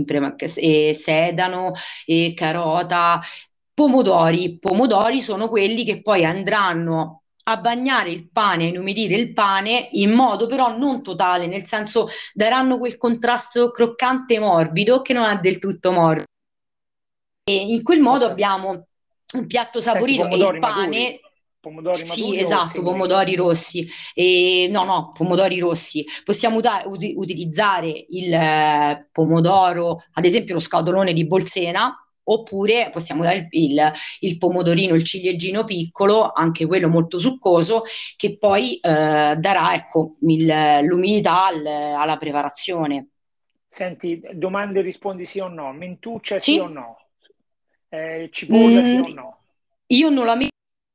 sedano, carota, pomodori. Pomodori sono quelli che poi andranno a bagnare il pane, a inumidire il pane in modo però non totale, nel senso daranno quel contrasto croccante morbido che non è del tutto morbido. E in quel Ho modo capito. abbiamo un piatto Senti, saporito e il pane, pomodori sì, maturi o esatto, semini? pomodori rossi. No, no, pomodori rossi. Possiamo utilizzare il pomodoro, ad esempio lo scatolone di Bolsena, oppure possiamo dare il pomodorino, il ciliegino piccolo, anche quello molto succoso, che poi darà, ecco, l'umidità alla preparazione. Senti, domande e rispondi sì o no. Mentuccia sì o Sì? no? Cipolla sì Mm, o no? io non la metto.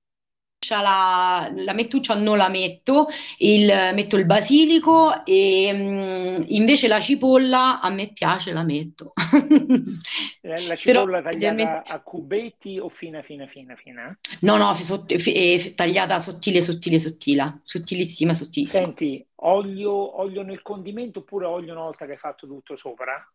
La mettuccia non la metto, metto il basilico e invece la cipolla a me piace, la metto. La Però cipolla tagliata leggermente... a cubetti o fina, fina, fina, fina? No, no, tagliata sottile, sottile, sottile, sottilissima, sottilissima. Senti, olio nel condimento oppure olio una volta che hai fatto tutto sopra?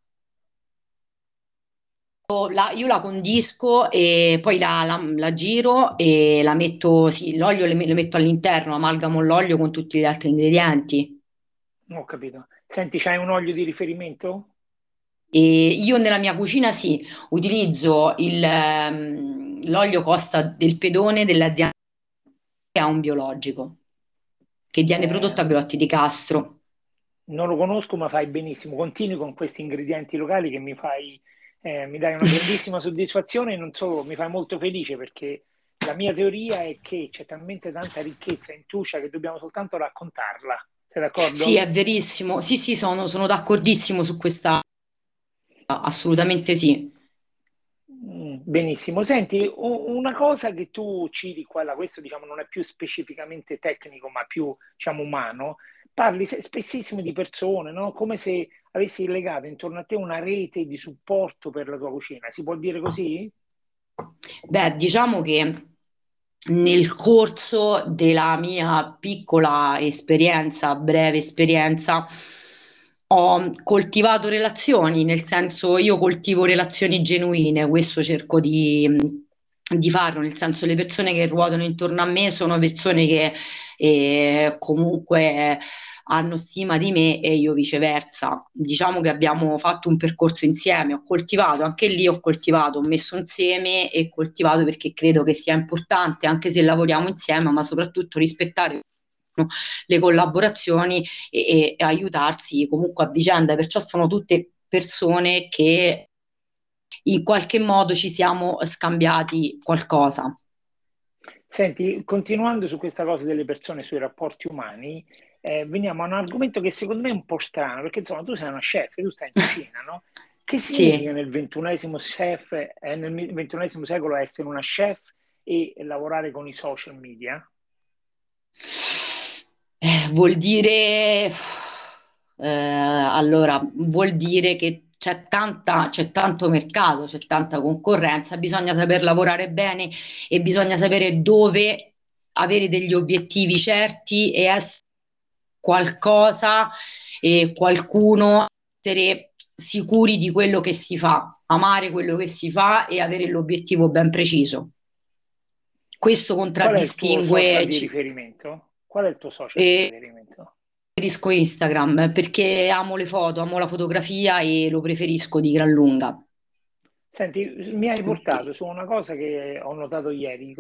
Io la condisco e poi la giro e la metto, sì, l'olio lo metto all'interno, amalgamo l'olio con tutti gli altri ingredienti. Non ho capito. Senti, c'hai un olio di riferimento? E io nella mia cucina sì, utilizzo l'olio Costa del pedone dell'azienda che ha un biologico, che viene prodotto a Eh, Grotti di Castro. non lo conosco, ma fai benissimo. Continui con questi ingredienti locali che mi dai una grandissima soddisfazione e non solo, mi fai molto felice perché la mia teoria è che c'è talmente tanta ricchezza in Tuscia che dobbiamo soltanto raccontarla. Sei Sì, d'accordo? è verissimo. Sì, sì, sono d'accordissimo su questa, assolutamente sì. Benissimo. Senti, una cosa che tu citi qua, e là, questo diciamo non è più specificamente tecnico, ma più diciamo umano, parli spessissimo di persone, no? Come se avessi legato intorno a te una rete di supporto per la tua cucina. Si può dire così? Beh, diciamo che nel corso della mia piccola esperienza, breve esperienza, ho coltivato relazioni, nel senso io coltivo relazioni genuine, questo cerco di farlo, nel senso le persone che ruotano intorno a me sono persone che comunque hanno stima di me e io viceversa. Diciamo che abbiamo fatto un percorso insieme, ho coltivato, anche lì ho coltivato, ho messo un seme e coltivato perché credo che sia importante, anche se lavoriamo insieme, ma soprattutto rispettare le collaborazioni e aiutarsi comunque a vicenda. Perciò sono tutte persone che in qualche modo ci siamo scambiati qualcosa. Senti, continuando su questa cosa delle persone, sui rapporti umani, veniamo a un argomento che secondo me è un po' strano, perché insomma tu sei una chef, tu stai in cucina, no? Che Sì. significa nel nel ventunesimo secolo essere una chef e lavorare con i social media? Vuol dire, allora, vuol dire che c'è tanto mercato, c'è tanta concorrenza, bisogna saper lavorare bene e bisogna sapere dove avere degli obiettivi certi e essere qualcosa e qualcuno, essere sicuri di quello che si fa, amare quello che si fa e avere l'obiettivo ben preciso. Questo Qual è il tuo social contraddistingue. di riferimento? Qual è il tuo social di E riferimento? preferisco Instagram perché amo le foto, amo la fotografia e lo preferisco di gran lunga. Senti, mi hai portato su una cosa che ho notato ieri,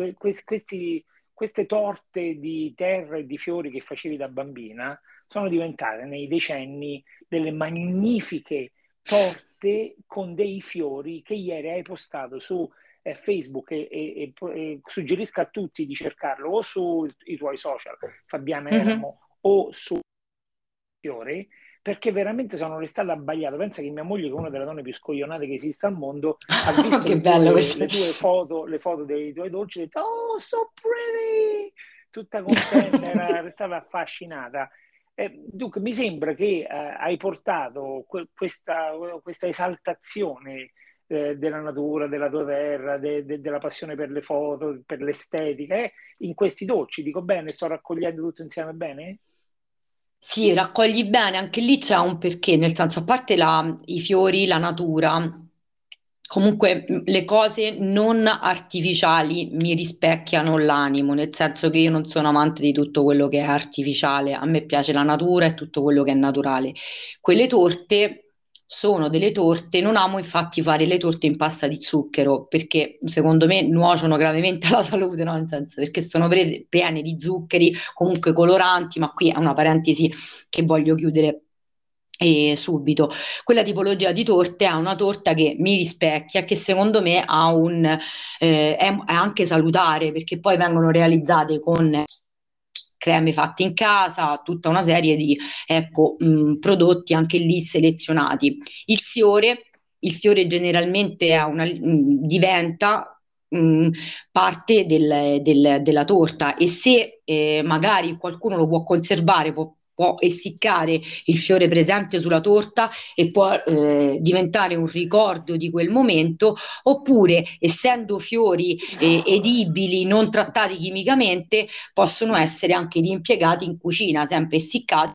queste torte di terra e di fiori che facevi da bambina sono diventate nei decenni delle magnifiche torte con dei fiori che ieri hai postato su Facebook e suggerisco a tutti di cercarlo o sui tuoi social, Fabiana Mhm. Eramo, o su fiore, perché veramente sono restato abbagliato. Pensa che mia moglie, che è una delle donne più scoglionate che esista al mondo, ha visto Che bello questo. le tue foto, le foto dei tuoi dolci e ha detto, oh, so pretty! Tutta contenta, era restata affascinata. Dunque, mi sembra che hai portato questa esaltazione della natura, della tua terra, della passione per le foto, per l'estetica, in questi dolci. Dico bene, sto raccogliendo tutto insieme bene? Sì, raccogli bene, anche lì c'è un perché, nel senso, a parte i fiori, la natura, comunque le cose non artificiali mi rispecchiano l'animo, nel senso che io non sono amante di tutto quello che è artificiale, a me piace la natura e tutto quello che è naturale. Quelle torte sono delle torte, non amo infatti fare le torte in pasta di zucchero perché secondo me nuociono gravemente alla salute, no? Nel senso perché sono piene di zuccheri, comunque coloranti, ma qui è una parentesi che voglio chiudere subito. Quella tipologia di torte è una torta che mi rispecchia, che secondo me è anche salutare perché poi vengono realizzate con creme fatte in casa, tutta una serie di ecco, prodotti anche lì selezionati. Il fiore, il fiore generalmente diventa mh, parte della torta e se magari qualcuno lo può conservare, può essiccare il fiore presente sulla torta e può diventare un ricordo di quel momento, oppure essendo fiori edibili, non trattati chimicamente, possono essere anche riimpiegati in cucina, sempre essiccati.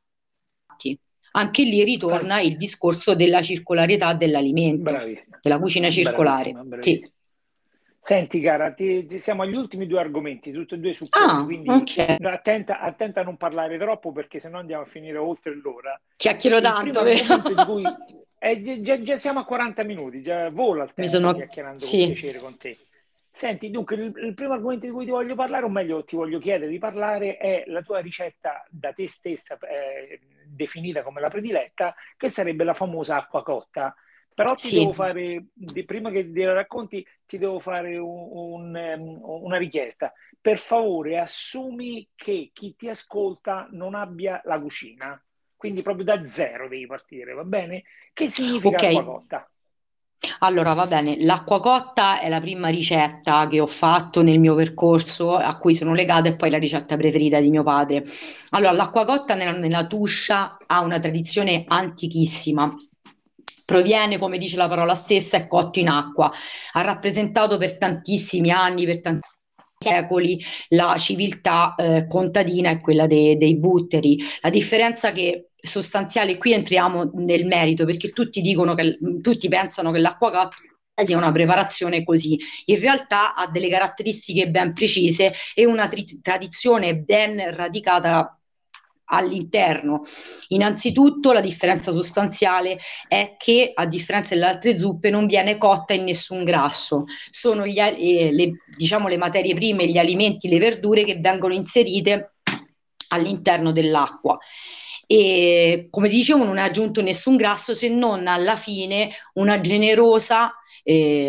Anche lì Sai, ritorna il discorso della circolarità dell'alimento, bravissima, della cucina circolare. bravissima, Sì. bravissima. Senti, cara, siamo agli ultimi due argomenti, tutti e due succosi, Ah, quindi ok. no, attenta a non parlare troppo perché sennò andiamo a finire oltre l'ora. Chiacchiero Il primo tanto, vero? argomento di cui già siamo a 40 minuti, già vola il Mi tempo sono. chiacchierando con Sì. piacere con te. Senti, dunque, il primo argomento di cui ti voglio parlare, o meglio, ti voglio chiedere di parlare, è la tua ricetta da te stessa definita come la prediletta, che sarebbe la famosa acqua cotta. Però ti devo Sì. fare, prima che te la racconti, ti devo fare una richiesta. Per favore, assumi che chi ti ascolta non abbia la cucina, quindi proprio da zero devi partire, va bene? Che significa Ok. acqua cotta? Allora, va bene, l'acqua cotta è la prima ricetta che ho fatto nel mio percorso a cui sono legata e poi la ricetta preferita di mio padre. Allora, l'acqua cotta nella Tuscia ha una tradizione antichissima. Proviene, come dice la parola stessa, è cotto in acqua. Ha rappresentato per tantissimi anni, per tanti secoli, la civiltà contadina e quella dei butteri. La differenza che sostanziale, qui entriamo nel merito perché tutti pensano che l'acqua cotta sia una preparazione così. In realtà ha delle caratteristiche ben precise e una tradizione ben radicata all'interno. Innanzitutto la differenza sostanziale è che a differenza delle altre zuppe non viene cotta in nessun grasso, sono diciamo, le materie prime, gli alimenti, le verdure che vengono inserite all'interno dell'acqua. E come dicevo, non è aggiunto nessun grasso se non alla fine una generosa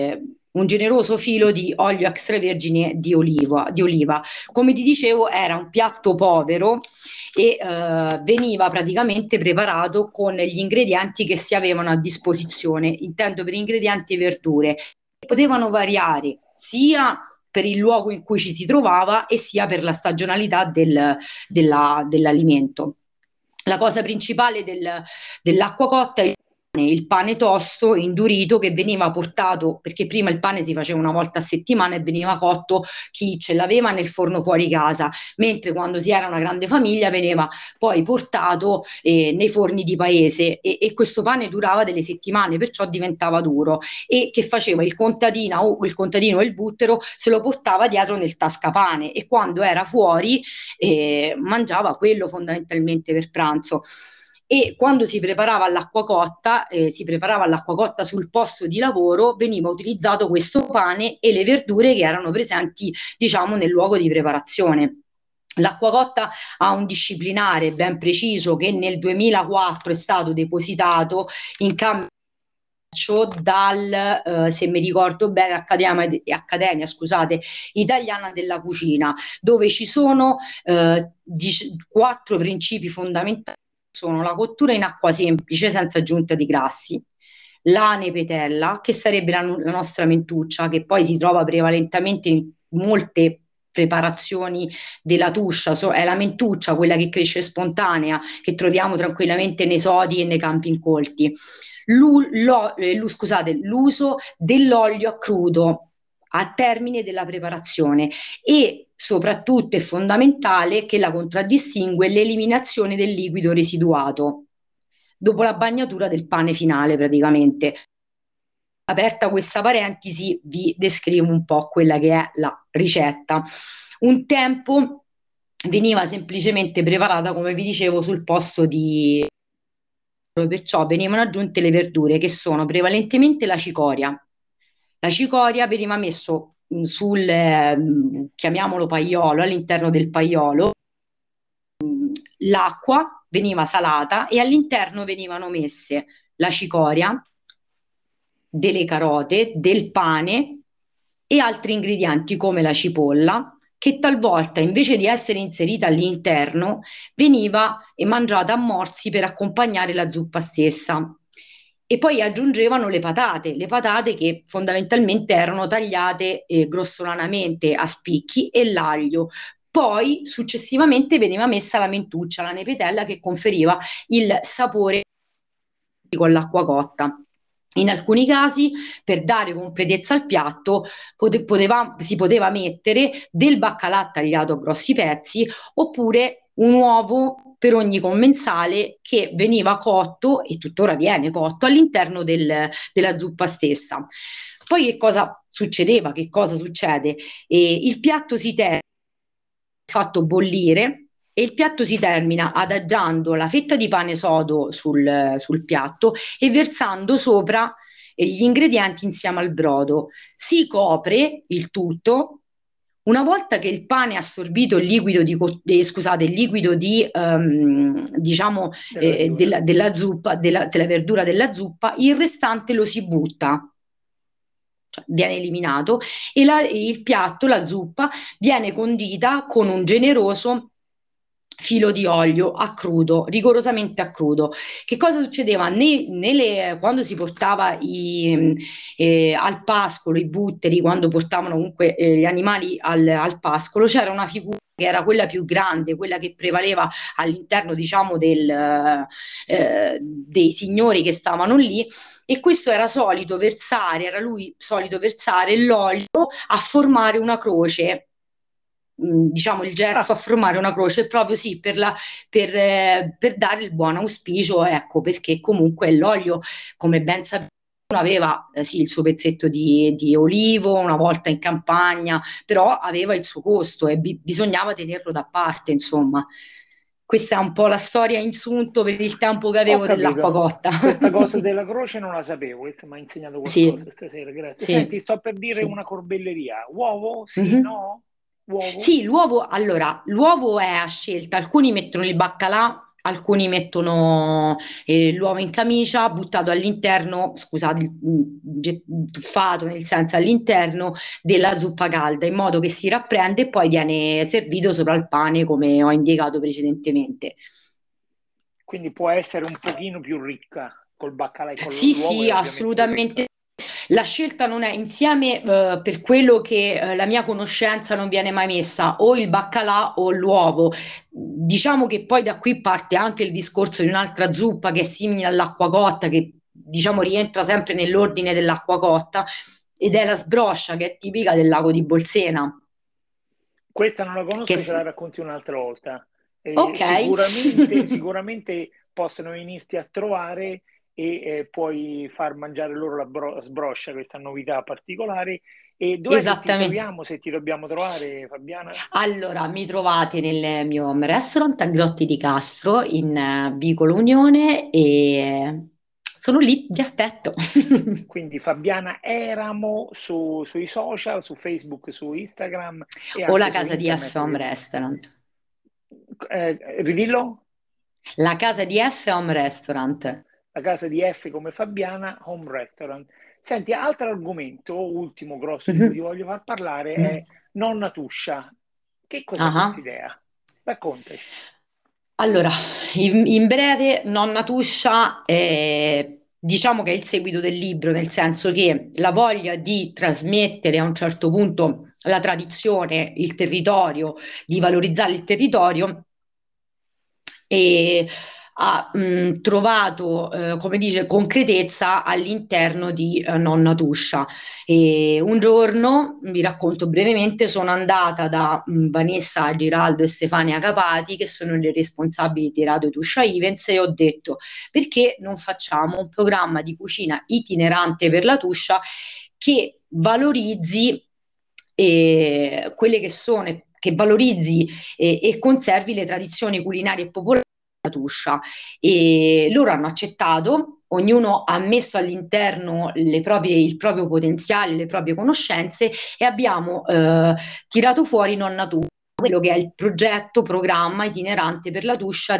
un generoso filo di olio extravergine di oliva. Come ti dicevo, era un piatto povero e veniva praticamente preparato con gli ingredienti che si avevano a disposizione. Intendo per ingredienti e verdure. Potevano variare sia per il luogo in cui ci si trovava e sia per la stagionalità dell'alimento. La cosa principale dell'acqua cotta è il pane tosto, indurito, che veniva portato, perché prima il pane si faceva una volta a settimana e veniva cotto chi ce l'aveva nel forno fuori casa, mentre quando si era una grande famiglia veniva poi portato nei forni di paese e questo pane durava delle settimane, perciò diventava duro. E che faceva il contadino o il buttero se lo portava dietro nel tascapane e quando era fuori mangiava quello fondamentalmente per pranzo. E quando si preparava l'acqua cotta sul posto di lavoro, veniva utilizzato questo pane e le verdure che erano presenti, diciamo, nel luogo di preparazione. L'acqua cotta ha un disciplinare ben preciso che nel 2004 è stato depositato in cambio se mi ricordo bene, Accademia, scusate, Italiana della Cucina, dove ci sono 4 principi fondamentali: sono la cottura in acqua semplice senza aggiunta di grassi, la nepetella, che sarebbe la nostra mentuccia, che poi si trova prevalentemente in molte preparazioni della tuscia, è la mentuccia, quella che cresce spontanea, che troviamo tranquillamente nei sodi e nei campi incolti. L'uso dell'olio a crudo a termine della preparazione e soprattutto è fondamentale che la contraddistingue l'eliminazione del liquido residuato dopo la bagnatura del pane finale praticamente. Aperta questa parentesi, vi descrivo un po' quella che è la ricetta. Un tempo veniva semplicemente preparata, come vi dicevo, sul posto di perciò venivano aggiunte le verdure che sono prevalentemente la cicoria. La cicoria veniva messo chiamiamolo paiolo, all'interno del paiolo, l'acqua veniva salata e all'interno venivano messe la cicoria, delle carote, del pane e altri ingredienti come la cipolla, che talvolta invece di essere inserita all'interno veniva mangiata a morsi per accompagnare la zuppa stessa. E poi aggiungevano le patate che fondamentalmente erano tagliate grossolanamente a spicchi e l'aglio. Poi successivamente veniva messa la mentuccia, la nepetella che conferiva il sapore con l'acqua cotta. In alcuni casi, per dare completezza al piatto, si poteva mettere del baccalà tagliato a grossi pezzi oppure un uovo per ogni commensale che veniva cotto e tuttora viene cotto all'interno della zuppa stessa. Poi che cosa succedeva? Che cosa succede? Il piatto si fatto bollire e il piatto si termina adagiando la fetta di pane sodo sul piatto e versando sopra gli ingredienti insieme al brodo. Si copre il tutto. Una volta che il pane ha assorbito il liquido diciamo della zuppa, della verdura della zuppa, il restante lo si butta, cioè viene eliminato e il piatto, la zuppa, viene condita con un generoso filo di olio a crudo, rigorosamente a crudo. Che cosa succedeva? Quando si portava al pascolo i butteri, quando portavano comunque gli animali al pascolo, c'era una figura che era quella più grande, quella che prevaleva all'interno, diciamo, dei signori che stavano lì, e questo era lui solito versare l'olio a formare una croce, diciamo il gesto a formare una croce proprio sì per dare il buon auspicio, ecco, perché comunque l'olio, come ben sappiamo, aveva sì il suo pezzetto di olivo una volta in campagna, però aveva il suo costo e bisognava tenerlo da parte, insomma. Questa è un po' la storia in sunto per il tempo che Ho avevo dell'acqua capito. cotta. Questa cosa della croce non la sapevo, questo mi ha insegnato qualcosa Sì, stasera, grazie. sì, Senti, sto per dire sì. una corbelleria. Uovo? Sì, Mhm. no? Uovo? Sì, l'uovo è a scelta, alcuni mettono il baccalà alcuni mettono l'uovo in camicia buttato all'interno, scusate, tuffato nel senso all'interno della zuppa calda, in modo che si rapprende e poi viene servito sopra il pane, come ho indicato precedentemente. Quindi può essere un pochino più ricca col baccalà e con Sì, l'uovo sì, è ovviamente più ricca. assolutamente. La scelta non è insieme, per quello che la mia conoscenza non viene mai messa o il baccalà o l'uovo. Diciamo che poi da qui parte anche il discorso di un'altra zuppa che è simile all'acqua cotta, che diciamo rientra sempre nell'ordine dell'acqua cotta, ed è la sbroscia, che è tipica del lago di Bolsena. Questa non la Che conosco, ce la s- racconti un'altra volta. ok. Sicuramente possono venirti a trovare e puoi far mangiare loro la sbroscia, questa novità particolare. E dov'è che ti Esattamente. troviamo se ti dobbiamo trovare, Fabiana? Allora, mi trovate nel mio home restaurant a Grotti di Castro in Vicolo Unione e sono lì, vi aspetto. Quindi Fabiana Eramo sui social, su Facebook, su Instagram e O la anche su casa di F internet, Home ovviamente. Restaurant. Ridillo? La casa di F Home Restaurant. La casa di F come Fabiana, Home Restaurant. Senti, altro argomento, ultimo grosso di cui ti Mhm. voglio far parlare è Mhm. nonna Tuscia. Che cos'è Ah. quest'idea? Raccontaci. Allora, in breve, Nonna Tuscia è, diciamo che è il seguito del libro, nel senso che la voglia di trasmettere a un certo punto la tradizione, il territorio, di valorizzare il territorio e ha trovato, come dice, concretezza all'interno di Nonna Tuscia. E un giorno, vi racconto brevemente, sono andata da Vanessa Giraldo e Stefania Capati, che sono le responsabili di Radio Tuscia Events, e ho detto: perché non facciamo un programma di cucina itinerante per la Tuscia che valorizzi quelle che sono, che valorizzi e conservi le tradizioni culinarie e popolari della Tuscia. E loro hanno accettato, ognuno ha messo all'interno il proprio potenziale, le proprie conoscenze, e abbiamo tirato fuori Nonna Tuscia, quello che è il progetto, programma itinerante per la Tuscia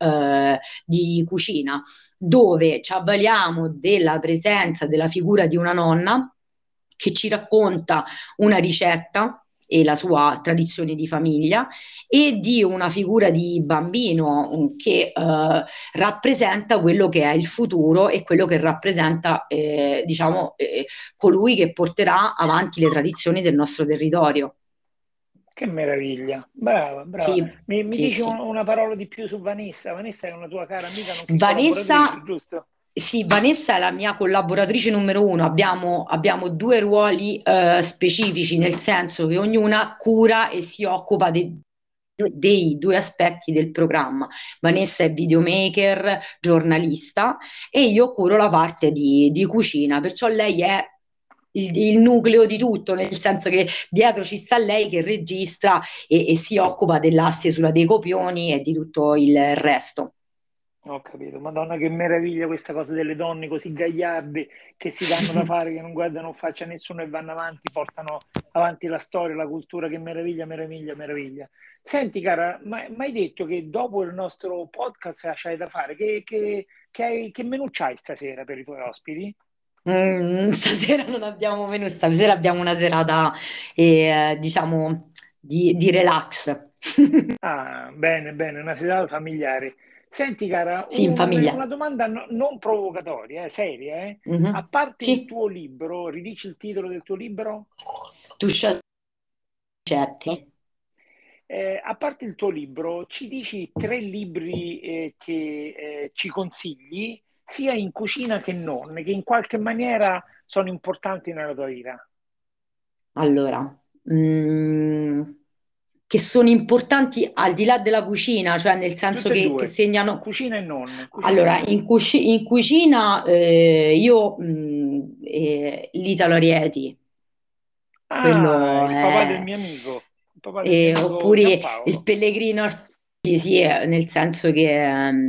di cucina, dove ci avvaliamo della presenza della figura di una nonna che ci racconta una ricetta e la sua tradizione di famiglia, e di una figura di bambino che rappresenta quello che è il futuro e quello che rappresenta, diciamo, colui che porterà avanti le tradizioni del nostro territorio. Che meraviglia. Brava, brava. Sì, Mi sì, dici sì. una parola di più su Vanessa? Vanessa è una tua cara amica, nonché collaboratrice, Vanessa, giusto? sì, Vanessa è la mia collaboratrice numero uno. Abbiamo due ruoli specifici, nel senso che ognuna cura e si occupa dei due aspetti del programma. Vanessa è videomaker, giornalista, e io curo la parte di cucina, perciò lei è il nucleo di tutto, nel senso che dietro ci sta lei che registra e si occupa della stesura dei copioni e di tutto il resto. Ho capito. Madonna, che meraviglia questa cosa delle donne così gagliarde che si danno da fare, che non guardano in faccia a nessuno e vanno avanti, portano avanti la storia, la cultura. Che meraviglia, meraviglia, meraviglia. Senti, cara, ma hai detto che dopo il nostro podcast c'hai da fare? Che menù c'hai stasera per i tuoi ospiti? Stasera non abbiamo menù, stasera abbiamo una serata, diciamo, di relax. Ah, bene, bene, una serata familiare. Senti, cara, Sì, in una famiglia. domanda non provocatoria, seria, eh? A Mhm. parte il Sì, tuo libro, ridici il titolo del tuo libro? tu scetti. A parte il tuo libro, ci dici tre libri che ci consigli, sia in cucina che non, che in qualche maniera sono importanti nella tua vita? Allora, mm, che sono importanti al di là della cucina, cioè nel senso Tutte e che due, segnano. cucina e non, cucina e Allora, non. in cucina io l'Italo Rieti, Ah, quello il papà del è, mio amico, il papà del mio amico oppure il Giampaolo. Pellegrino Artisi, sì, nel senso che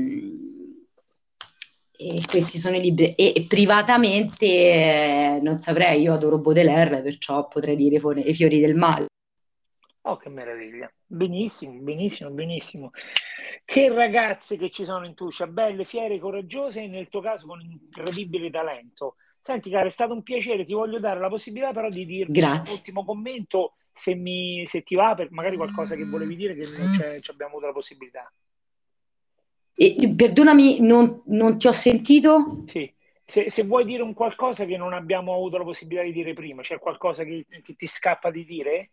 questi sono i libri. E privatamente non saprei, io adoro Baudelaire, perciò potrei dire I fiori del male. Oh, che meraviglia. Benissimo, benissimo, benissimo. Che ragazze che ci sono in Tuscia, belle, fiere, coraggiose e nel tuo caso con incredibile talento. Senti, cara, è stato un piacere, ti voglio dare la possibilità però di dirmi un Grazie. ultimo commento, se ti va, per magari qualcosa che volevi dire che non ci abbiamo avuto la possibilità. Perdonami, non ti ho sentito? Sì, se vuoi dire un qualcosa che non abbiamo avuto la possibilità di dire prima, c'è qualcosa che ti scappa di dire?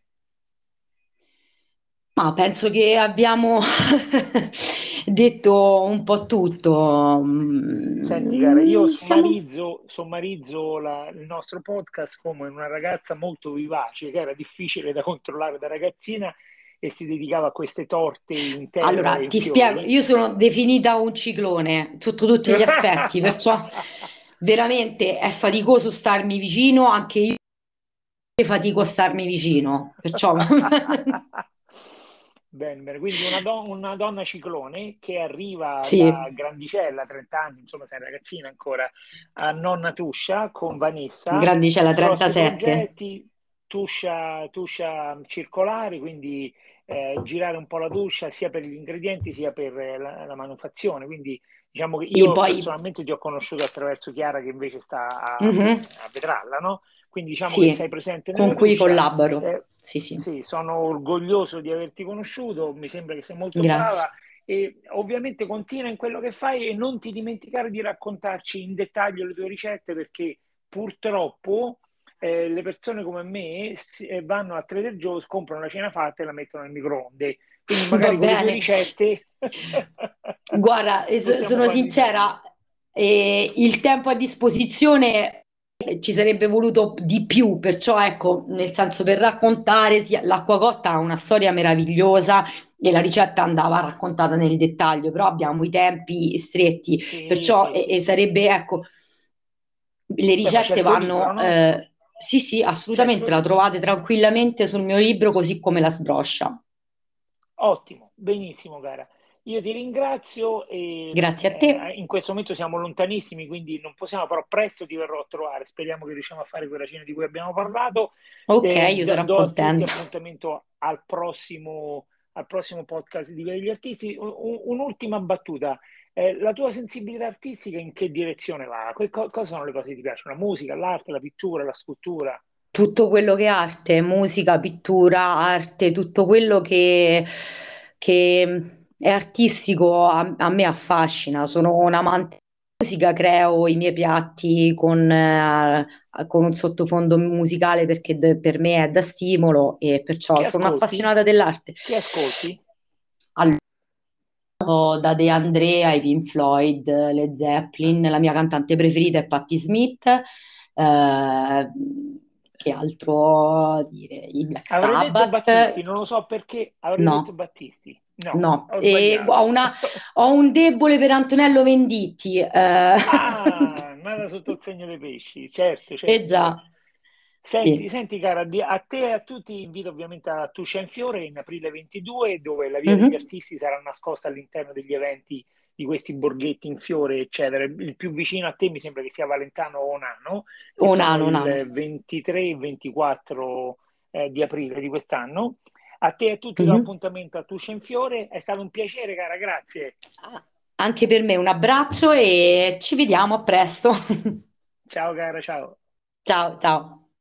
Ma penso che abbiamo detto un po' tutto. Senti, cara, io Siamo sommarizzo il nostro podcast come una ragazza molto vivace, che era difficile da controllare da ragazzina e si dedicava a queste torte in terra Allora, e in ti spiego, fiori. io sono definita un ciclone sotto tutti gli aspetti, perciò veramente è faticoso starmi vicino, anche io fatico a starmi vicino, perciò Bene, bene. Quindi una donna ciclone che arriva da sì, grandicella, 30 anni, insomma, sei ragazzina ancora, a Nonna Tuscia con Vanessa, grandicella grossi 37. progetti, tuscia circolare, quindi girare un po' la tuscia sia per gli ingredienti sia per la manufazione. Quindi diciamo che E io poi, personalmente ti ho conosciuto attraverso Chiara che invece sta mhm, a Vetralla, no? Quindi diciamo che sei sì, presente con nella cui tuscia. collaboro. eh, Sì, sì, sì, sono orgoglioso di averti conosciuto, mi sembra che sei molto grazie. brava e ovviamente continua in quello che fai e non ti dimenticare di raccontarci in dettaglio le tue ricette perché purtroppo le persone come me vanno a Trader Joe's, comprano la cena fatta e la mettono nel microonde. Quindi Va magari con le tue bene. ricette Guarda, possiamo sono farli meglio. sincera, il tempo a disposizione ci sarebbe voluto di più, perciò ecco, nel senso per raccontare, l'acqua cotta ha una storia meravigliosa e la ricetta andava raccontata nel dettaglio, però abbiamo i tempi stretti, Sì, perciò sì, sì, e sì. sarebbe, ecco, le Beh, ma c'è ricette il tuo libro, vanno, no? sì, sì, C'è il tuo assolutamente la libro. trovate tranquillamente sul mio libro, così come la sbroscia. Ottimo, benissimo, cara. Io ti ringrazio e Grazie a te. in questo momento siamo lontanissimi, quindi non possiamo, però presto ti verrò a trovare. Speriamo che riusciamo a fare quella cena di cui abbiamo parlato. Ok, io sarò Do a tutti contenta. appuntamento al prossimo podcast di Via degli Artisti. Un'ultima battuta. La tua sensibilità artistica in che direzione va? Cosa sono le cose che ti piacciono? La musica, l'arte, la pittura, la scultura? Tutto quello che è arte, musica, pittura, arte, tutto quello che è artistico a me affascina. Sono un amante di musica, creo i miei piatti con un sottofondo musicale perché per me è da stimolo e perciò Che sono ascolti? appassionata dell'arte. Che ascolti? Allora, da De André ai Pink Floyd, Led Ah. Zeppelin, la mia cantante preferita è Patti Smith, che altro dire? I Black Avrei detto Battisti, Sabbath, non lo so perché avrei detto no, Battisti. No, no. ho sbagliato. Ho un debole per Antonello Venditti, Ah, nada sotto il segno dei pesci, certo, eh certo, certo. già, Senti, sì. senti cara, a te e a tutti invito ovviamente a Tuscia in Fiore in aprile 22, dove la Via degli Mhm, Artisti sarà nascosta all'interno degli eventi di questi borghetti in fiore, eccetera. Il più vicino a te mi sembra che sia Valentano o Onano, che un sono anno, un anno. il 23 e 24 di aprile di quest'anno. A te e a tutti do Mhm. appuntamento a Tuscia in Fiore, è stato un piacere, cara, grazie. Ah, anche per me un abbraccio e ci vediamo a presto. Ciao cara, ciao. Ciao, ciao.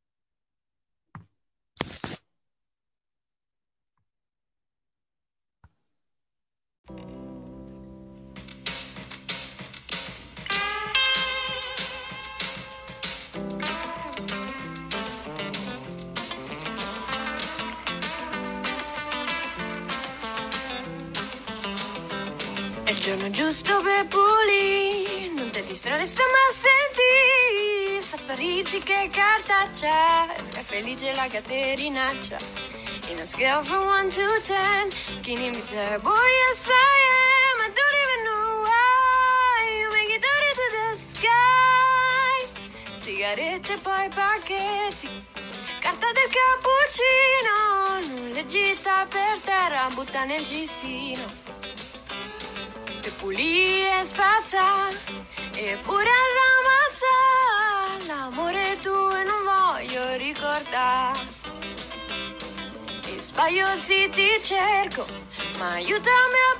È il giorno giusto per pulire, non ti distrarre, stiamo a sentire. Fa sparirci che cartaccia, e fai felice la caterinaccia. In a scale from 1 to 10, can you be terrible? Yes, I am. I don't even know why you make it dirty to the sky. Sigarette e poi pacchetti, carta del cappuccino, non le gita per terra, butta nel cestino. E pulì e spazza, eppure arramazza, l'amore tuo non voglio ricordare. E sbaglio sì ti cerco, ma aiutami a